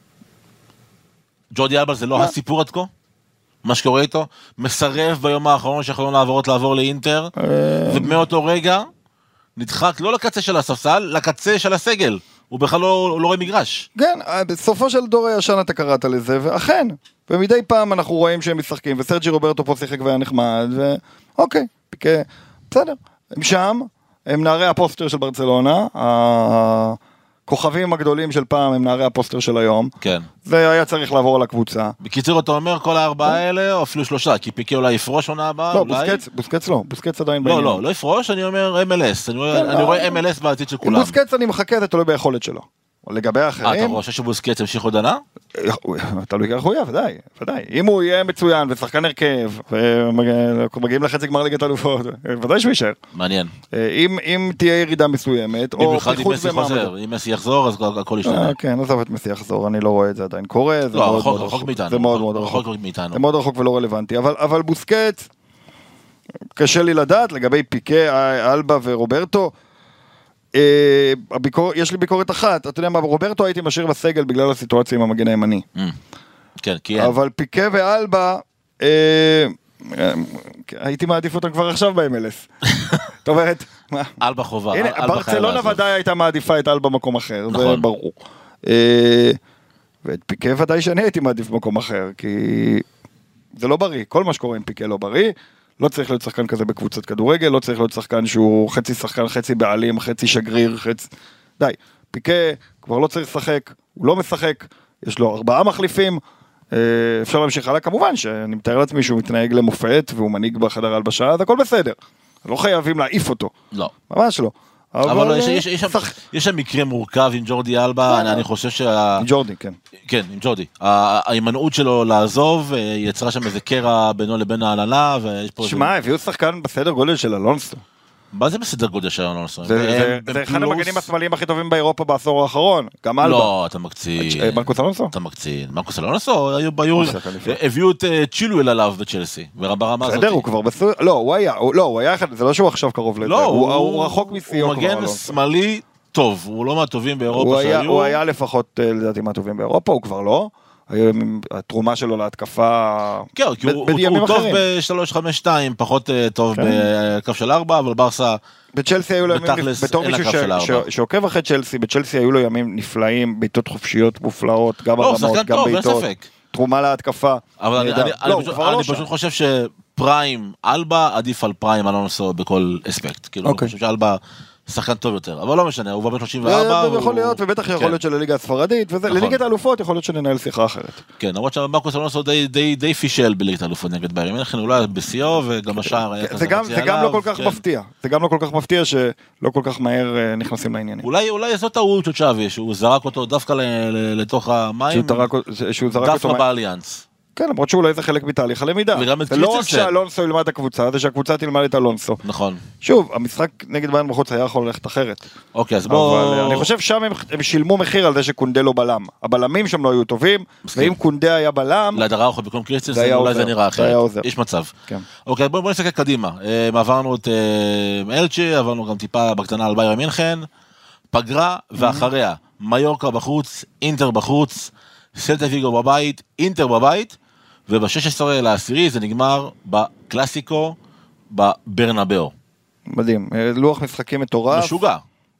Speaker 2: ג'ורדי אלבה זה לא הסיפור עד כה? מה שקורה איתו, מסרב ביום האחרון שיכולנו לעבור לאינטר, ומאותו רגע נדחק לא לקצה של הספסל, לקצה של הסגל. הוא בכלל לא רואה מגרש.
Speaker 3: כן, בסופו של דור הישן אתה קראת לזה, ואכן, ומדי פעם אנחנו רואים שהם משחקים, וסרג'י רוברטו פה שיחק והיה נחמד, ואוקיי, פיקה, בסדר, הם שם, הם נערי הפוסטר של ברצלונה, הכוכבים הגדולים של פעם הם נערי הפוסטר של היום.
Speaker 2: כן.
Speaker 3: זה היה צריך לעבור על הקבוצה.
Speaker 2: בקיצור, אתה אומר כל הארבעה האלה, או אפילו שלושה, כי פיקה אולי יפרוש עונה הבאה?
Speaker 3: לא, בוסקץ לא, בוסקץ עדיין בעניין.
Speaker 2: לא יפרוש, אני אומר MLS, אני רואה MLS בעתיד של כולם.
Speaker 3: בוסקץ אני מחכה, זה תלוי ביכולת שלו. לגבי האחרים...
Speaker 2: אתה חושב שבוסקץ ימשיך עוד עונה?
Speaker 3: תלוי כך הוא יהיה, ודאי. אם הוא יהיה מצוין ושחקן הרכב, ומגיעים לחצי גמר ליגת אלופות, ודאי שהוא יישאר.
Speaker 2: מעניין.
Speaker 3: אם תהיה ירידה מסוימת, או
Speaker 2: פיחות במעמדו. אם מסי יחזור, אז הכל ישתנה.
Speaker 3: כן, עזוב את מסי יחזור, אני לא רואה את זה עדיין קורה.
Speaker 2: לא, רחוק מאיתנו.
Speaker 3: זה מאוד רחוק. זה מאוד רחוק ולא רלוונטי. אבל בוסקץ, קשה לי לדעת, לגבי פיקה, אלבה ורוברטו, יש לי ביקורת אחת, אתה יודע מה, רוברטו הייתי משאיר בסגל בגלל הסיטואציה עם המגן הימני.
Speaker 2: כן, כי
Speaker 3: אבל פיקה ואלבה, הייתי מעדיף אותם כבר עכשיו ב-MLS. זאת אומרת,
Speaker 2: אלבה חובה.
Speaker 3: ברצלונה ודאי הייתה מעדיפה את אלבה במקום אחר, זה ברור. ואת פיקה ודאי שאני הייתי מעדיף במקום אחר, כי זה לא בריא, כל מה שקורה עם פיקה לא בריא, לא צריך להיות שחקן כזה בקבוצת כדורגל, לא צריך להיות שחקן שהוא חצי שחקן, חצי בעלים, חצי שגריר, די, פיקה כבר לא צריך לשחק, הוא לא משחק, יש לו 4 מחליפים, אפשר להמשיך הלאה, כמובן שאני מתאר לעצמי שהוא מתנהג למופת, והוא מנהיג בחדר הלבשה, אז הכל בסדר, לא חייבים להעיף אותו,
Speaker 2: לא.
Speaker 3: ממש לא.
Speaker 2: אבל יש שם מקרה מורכב עם ג'ורדי אלבה, אני חושב
Speaker 3: עם ג'ורדי, כן.
Speaker 2: כן, עם ג'ורדי. ההימנעות שלו לעזוב, יצרה שם איזה קרע בינו לבין ההנהלה,
Speaker 3: שמע, הביאו שחקן בסדר גודל של אלונסו.
Speaker 2: מה זה בסדר גודל של אלונסו?
Speaker 3: זה אחד המגנים השמאליים הכי טובים באירופה בעשור האחרון, גם אלבה.
Speaker 2: לא, אתה מקצין.
Speaker 3: מרקוס אלונסו?
Speaker 2: אתה מקצין. מרקוס אלונסו, הביאו את צ'ילואל עליו בצ'לסי, ברמה הזאת.
Speaker 3: בסדר, הוא כבר בסדר, לא, הוא היה אחד, זה לא שהוא עכשיו קרוב לזה, הוא רחוק מסיום.
Speaker 2: הוא מגן שמאלי טוב, הוא לא מהטובים באירופה שהיו.
Speaker 3: הוא היה לפחות, לדעתי, מהטובים באירופה, הוא כבר לא. התרומה שלו להתקפה
Speaker 2: הוא טוב ב-3-5-2, פחות טוב בקו של 4, אבל ברסה
Speaker 3: בצ'לסי היו לו ימים, בתור מישהו שעוקב אחרי צ'לסי, בצ'לסי היו לו ימים נפלאים, בעיטות חופשיות מופלאות, גם הרמות, גם בעיטות, תרומה להתקפה.
Speaker 2: אבל אני פשוט חושב שפריים אלבה עדיף על פריים אלונסו בכל אספקט, כאילו אני חושב שאלבה שחקן טוב יותר, אבל לא משנה, הוא בא ב-34.
Speaker 3: יכול להיות, ובטח יכול להיות של הליגה הספרדית, לליגת האלופות יכול להיות שננהל שיחה אחרת.
Speaker 2: כן, למרות שמרקוס אלונסו די פישל בליגת האלופות נגד ביירן מינכן, אולי בשיאו, וגם השער היה כזה חצי עליו.
Speaker 3: זה גם לא כל כך מפתיע, שלא כל כך מהר נכנסים לעניינים.
Speaker 2: אולי זו טעות של צ'אבי, שהוא זרק אותו דווקא לתוך המים, דווקא באליאנס.
Speaker 3: כן, למרות שאולי זה חלק מתהליך הלמידה. זה לא רק שאלונסו ילמד את הקבוצה, זה שהקבוצה תלמד את אלונסו.
Speaker 2: נכון.
Speaker 3: שוב, המשחק נגד ביירן בחוץ היה יכול ללכת אחרת.
Speaker 2: אוקיי, אז בוא...
Speaker 3: אבל אני חושב שם הם שילמו מחיר על זה שקונדה לא בלם. הבלמים שם לא היו טובים, ואם קונדה היה בלם...
Speaker 2: להדרה אוכל בקום קריסטנסן, אולי זה נראה אחרת. יש מצב. אוקיי, בוא נסתכל קדימה. עברנו את אלצ'ה, עברנו גם טיפה בקטנה על ביירן מינכן, פגרה, ואחריה, מיורקה בחוץ, אינטר בחוץ, סלטה ויגו בבית, אינטר בבית, וב-16 לעשירי זה נגמר בקלאסיקו בברנבאו.
Speaker 3: מדהים, לוח משחקים מטורף.
Speaker 2: משוגע.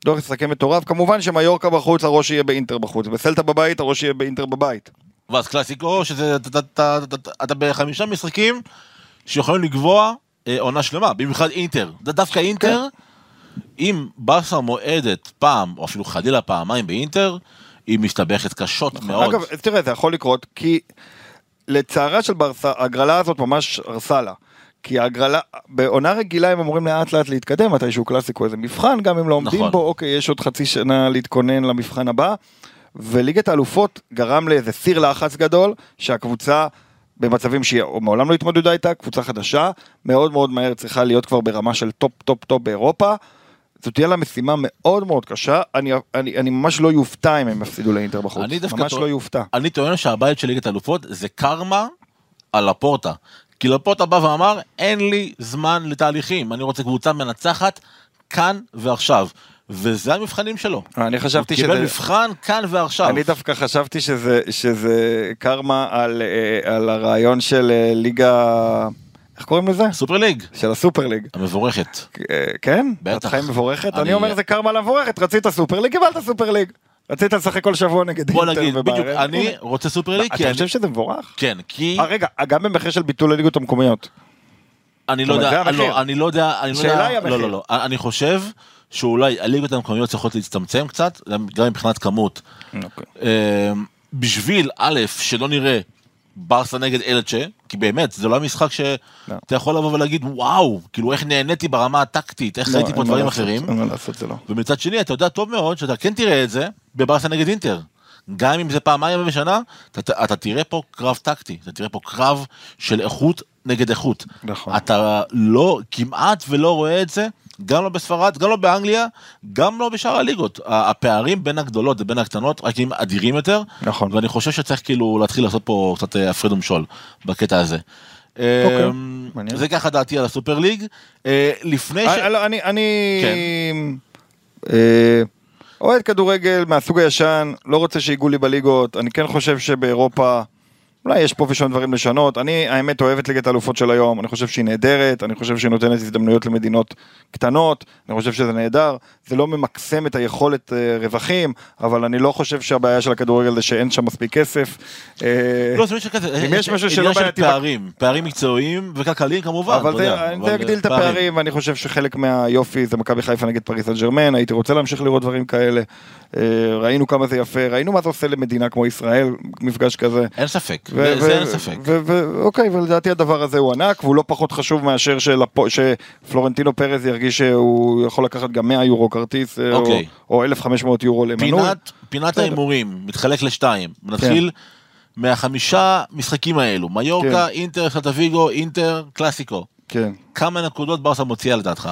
Speaker 3: דוח ישחקים מטורף, כמובן שמיורקה בחוץ, הראש יהיה באינטר בחוץ, בסלטה בבית, הראש יהיה באינטר בבית.
Speaker 2: ואז קלאסיקו, שזה, אתה ב5 משחקים שיכולים לקבוע עונה שלמה, במיוחד אינטר. דווקא אינטר, אם ברסה מועדת פעם, או אפילו חלילה פעמיים באינטר, היא משתבחת קשות מאוד.
Speaker 3: אגב, תראה, זה יכול לקרות, כי לצערה של ברסה, הגרלה הזאת ממש הרסה לה. כי הגרלה, בעונה רגילה הם אמורים לאט לאט להתקדם, מתישהו קלאסיקו איזה מבחן, גם אם לא עומדים בו, אוקיי, יש עוד חצי שנה להתכונן למבחן הבא, וליגת האלופות גרם לאיזה סיר לחץ גדול, שהקבוצה במצבים שהיא מעולם לא התמודדה איתה, קבוצה חדשה, מאוד מאוד מהר צריכה להיות כבר ברמה של טופ טופ טופ באירופה, זאת תהיה לה משימה מאוד מאוד קשה, אני ממש לא יופתע אם הם יפסידו לאינטר בחוץ, ממש לא יופתע.
Speaker 2: אני טוען שהבית של ליגת האלופות זה קרמה על לפורטה, כי לפורטה בא ואמר, אין לי זמן לתהליכים, אני רוצה קבוצה מנצחת כאן ועכשיו, וזה המבחנים שלו.
Speaker 3: אני חשבתי
Speaker 2: שזה... הוא קיבל מבחן כאן ועכשיו.
Speaker 3: אני דווקא חשבתי שזה קרמה על הרעיון של ליגה... איך קוראים לזה?
Speaker 2: סופר ליג.
Speaker 3: של הסופר ליג.
Speaker 2: המבורכת.
Speaker 3: כן?
Speaker 2: בטח.
Speaker 3: חיים מבורכת? אני אומר זה קרמה למבורכת, רצית סופר ליג, קיבלת סופר ליג. רצית לשחק כל שבוע נגד אינטר וביירן.
Speaker 2: בוא נגיד, בדיוק, אני רוצה סופר ליג.
Speaker 3: אתה חושב שזה מבורך?
Speaker 2: כן, כי...
Speaker 3: רגע, גם במחיר של ביטול הליגות המקומיות.
Speaker 2: אני לא יודע, לא, אני חושב שאולי הליגות המקומיות צריכות להצטמצם קצת, גם מבחינת כמות. בשביל, א', שלא נראה ברסה נגד אלצ'ה, כי באמת, זה לא המשחק שאתה יכול לבוא ולהגיד, וואו, כאילו איך נהניתי ברמה הטקטית, איך ראיתי פה דברים אחרים. ומצד שני, אתה יודע טוב מאוד שאתה כן תראה את זה בברסה נגד אינטר. גם אם זה פעמיים בשנה, אתה תראה פה קרב טקטי, אתה תראה פה קרב של איכות נגד איכות. אתה לא, כמעט ולא רואה את זה, גם לא בספרד, גם לא באנגליה, גם לא בשאר הליגות. הפערים בין הגדולות ובין הקטנות, רק אם אדירים יותר,
Speaker 3: נכון.
Speaker 2: ואני חושב שצריך כאילו להתחיל לעשות פה קצת הפרד ומשול בקטע הזה. זה ככה דעתי על הסופר ליג. לפני ש...
Speaker 3: אני אוהד כדורגל מהסוג הישן, לא רוצה שיגעו לי בליגות, אני כן חושב שבאירופה אולי יש פה ושום דברים לשנות, אני האמת אוהב את ליגת האלופות של היום, אני חושב שהיא נהדרת, אני חושב שהיא נותנת הזדמנויות למדינות קטנות, אני חושב שזה נהדר, זה לא ממקסם את היכולת רווחים, אבל אני לא חושב שהבעיה של הכדורגל זה שאין שם מספיק כסף.
Speaker 2: לא, זה אם יש משהו שלא בעייתי... פערים מקצועיים וכלכליים כמובן.
Speaker 3: אבל זה יגדיל את הפערים, ואני חושב שחלק מהיופי זה מכבי חיפה נגד פריז סן ז'רמן, הייתי רוצה להמשיך לראות דברים כאלה, ראינו כמה זה יפה, ראינו מה זה עושה למדינה כמו ישראל, מפגש כזה.
Speaker 2: אין ספק. זה אין ספק.
Speaker 3: אוקיי, ולדעתי הדבר הזה הוא ענק, והוא לא פחות חשוב מאשר שפלורנטינו פרז ירגיש שהוא יכול לקחת גם 100 יורו כרטיס, או 1,500 יורו למנוי.
Speaker 2: פינת האימורים, מתחלק לשתיים. נתחיל מהחמישה משחקים האלו, מיורקה, אינטר, סלטה ויגו, אינטר, קלאסיקו. כמה נקודות ברסה מוציאה לדעתך?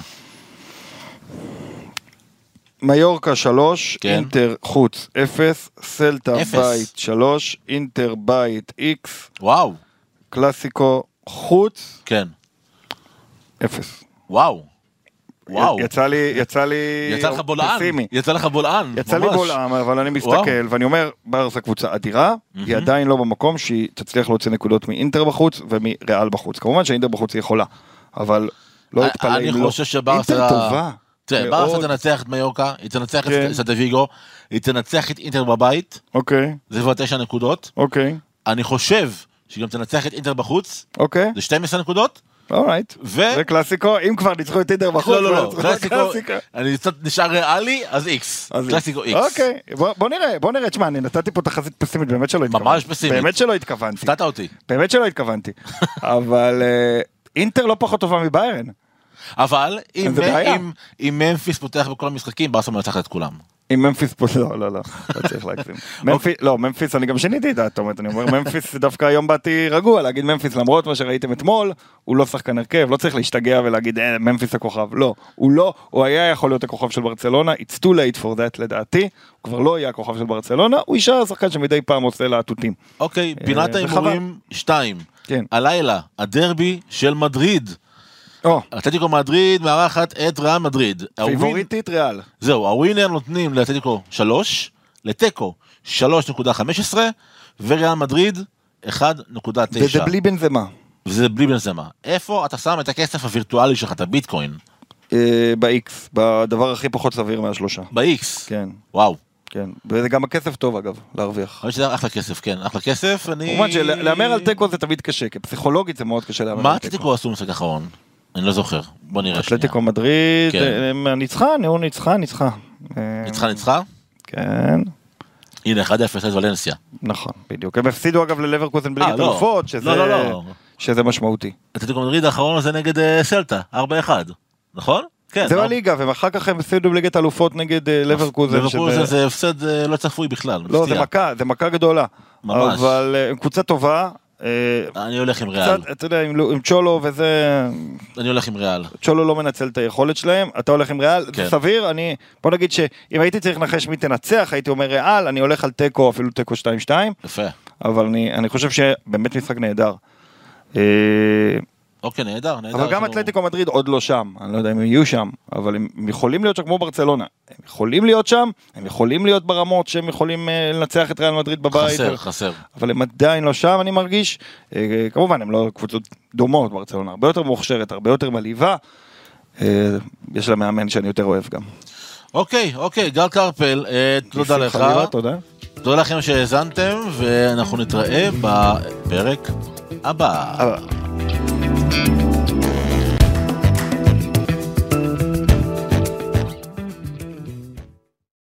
Speaker 3: מיורקה 3, אינטר חוץ 0, סלטה בית 3, אינטר בית X,
Speaker 2: וואו.
Speaker 3: קלאסיקו חוץ,
Speaker 2: כן.
Speaker 3: 0.
Speaker 2: וואו.
Speaker 3: יצא לי
Speaker 2: לך בולען.
Speaker 3: יצא לי בולען, אבל אני מסתכל, ואני אומר, ברסה קבוצה אדירה, היא עדיין לא במקום שהיא תצליח להוציא נקודות מאינטר בחוץ ומריאל בחוץ. כמובן שאינטר בחוץ היא יכולה, אבל לא התפלא אם לא.
Speaker 2: אני חושב שברסה...
Speaker 3: אינטר טובה.
Speaker 2: תראה, ברסה תנצח את מיורקה, היא תנצח את סלטה ויגו, היא תנצח את אינטר בבית, זה כבר 9 נקודות, אני חושב שהיא גם תנצח את אינטר בחוץ, זה 12 נקודות,
Speaker 3: וקלאסיקו, אם כבר ניצחו את אינטר בחוץ,
Speaker 2: לא, קלאסיקו, אני קצת נשאר ריאלי, אז איקס, קלאסיקו איקס.
Speaker 3: אוקיי, בוא נראה, תשמע, אני נתתי פה תחזית פסימית, באמת שלא התכוונתי.
Speaker 2: ממש פסימית.
Speaker 3: באמת שלא התכוונתי.
Speaker 2: הפתעת אותי.
Speaker 3: באמת שלא התכוונתי. אבל אינטר לא פחות טובה מביירן.
Speaker 2: אבל אם ממפיס פותח בכל המשחקים, ברסה מנצחת את כולם.
Speaker 3: אם ממפיס פותח, לא צריך להגזים. לא, ממפיס, אני גם שיניתי את דעתו, אני אומר, ממפיס דווקא היום באתי רגוע, להגיד ממפיס, למרות מה שראיתם אתמול, הוא לא שחקן הרכב, לא צריך להשתגע ולהגיד, ממפיס הכוכב, לא, הוא היה יכול להיות הכוכב של ברצלונה, it's too late for that לדעתי, הוא כבר לא יהיה הכוכב של ברצלונה, הוא יישאר שחקן שמדי פעם עושה להטוטים.
Speaker 2: אוקיי, פינת האימורים 2, הלילה, הדרבי של מדריד, אתלטיקו מדריד מארחת את ריאל מדריד.
Speaker 3: פיבוריטית ריאל.
Speaker 2: זהו, הווינר נותנים לאתלטיקו 3, לטקו 3.15, וריאל מדריד 1.9.
Speaker 3: וזה בלי בנזמה.
Speaker 2: וזה בלי בנזמה. איפה אתה שם את הכסף הווירטואלי שלך, את הביטקוין?
Speaker 3: ב-X, בדבר הכי פחות סביר מהשלושה.
Speaker 2: ב-X?
Speaker 3: כן.
Speaker 2: וואו.
Speaker 3: כן, וזה גם הכסף טוב אגב, להרוויח.
Speaker 2: אני שזה אחלה כסף, כן, אחלה כסף, אני...
Speaker 3: כמובן שלאמר על תיקו זה תמיד קשה, כי פסיכולוגית זה מאוד קשה לאמר על תיקו.
Speaker 2: מה אתלטיקו עשו משחק אחרון? אני לא זוכר, בוא נראה שנייה.
Speaker 3: אתלטיקו מדריד, ניצחה.
Speaker 2: ניצחה?
Speaker 3: כן.
Speaker 2: הנה, 1-0 את ולנסיה.
Speaker 3: נכון, בדיוק. הם הפסידו אגב ללברקוזן בליגת אלופות, שזה משמעותי.
Speaker 2: אתלטיקו מדריד האחרון הזה נגד סלטה, 4-1, נכון?
Speaker 3: זה בליגה, ואחר כך הם הפסידו בליגת אלופות נגד לברקוזן.
Speaker 2: לברקוזן זה הפסד לא צפוי בכלל.
Speaker 3: לא, זה מכה גדולה.
Speaker 2: ממש.
Speaker 3: אבל קבוצה טובה.
Speaker 2: אני הולך עם ריאל.
Speaker 3: אתה יודע, עם צ'ולו וזה...
Speaker 2: אני הולך עם ריאל.
Speaker 3: צ'ולו לא מנצל את היכולת שלהם, אתה הולך עם ריאל, זה סביר, בוא נגיד שאם הייתי צריך לנחש מי תנצח, הייתי אומר ריאל, אני הולך על טקו, אפילו טקו 2-2.
Speaker 2: יפה.
Speaker 3: אבל אני חושב שבאמת משחק נהדר.
Speaker 2: אוקיי, נהדר.
Speaker 3: אבל גם אתלטיקו מדריד עוד לא שם, אני לא יודע אם הם יהיו שם, אבל הם יכולים להיות שם כמו ברצלונה, הם יכולים להיות שם, הם יכולים להיות ברמות שהם יכולים לנצח את ריאל מדריד בבית.
Speaker 2: חסר.
Speaker 3: אבל הם עדיין לא שם, אני מרגיש. כמובן, הם לא קבוצות דומות ברצלונה, הרבה יותר מוכשרת, הרבה יותר מלהיבה. יש לה מאמן שאני יותר אוהב גם.
Speaker 2: אוקיי, גל קרפל, תודה לך. תודה לכם שהאזנתם, ואנחנו נתראה בפרק הבא.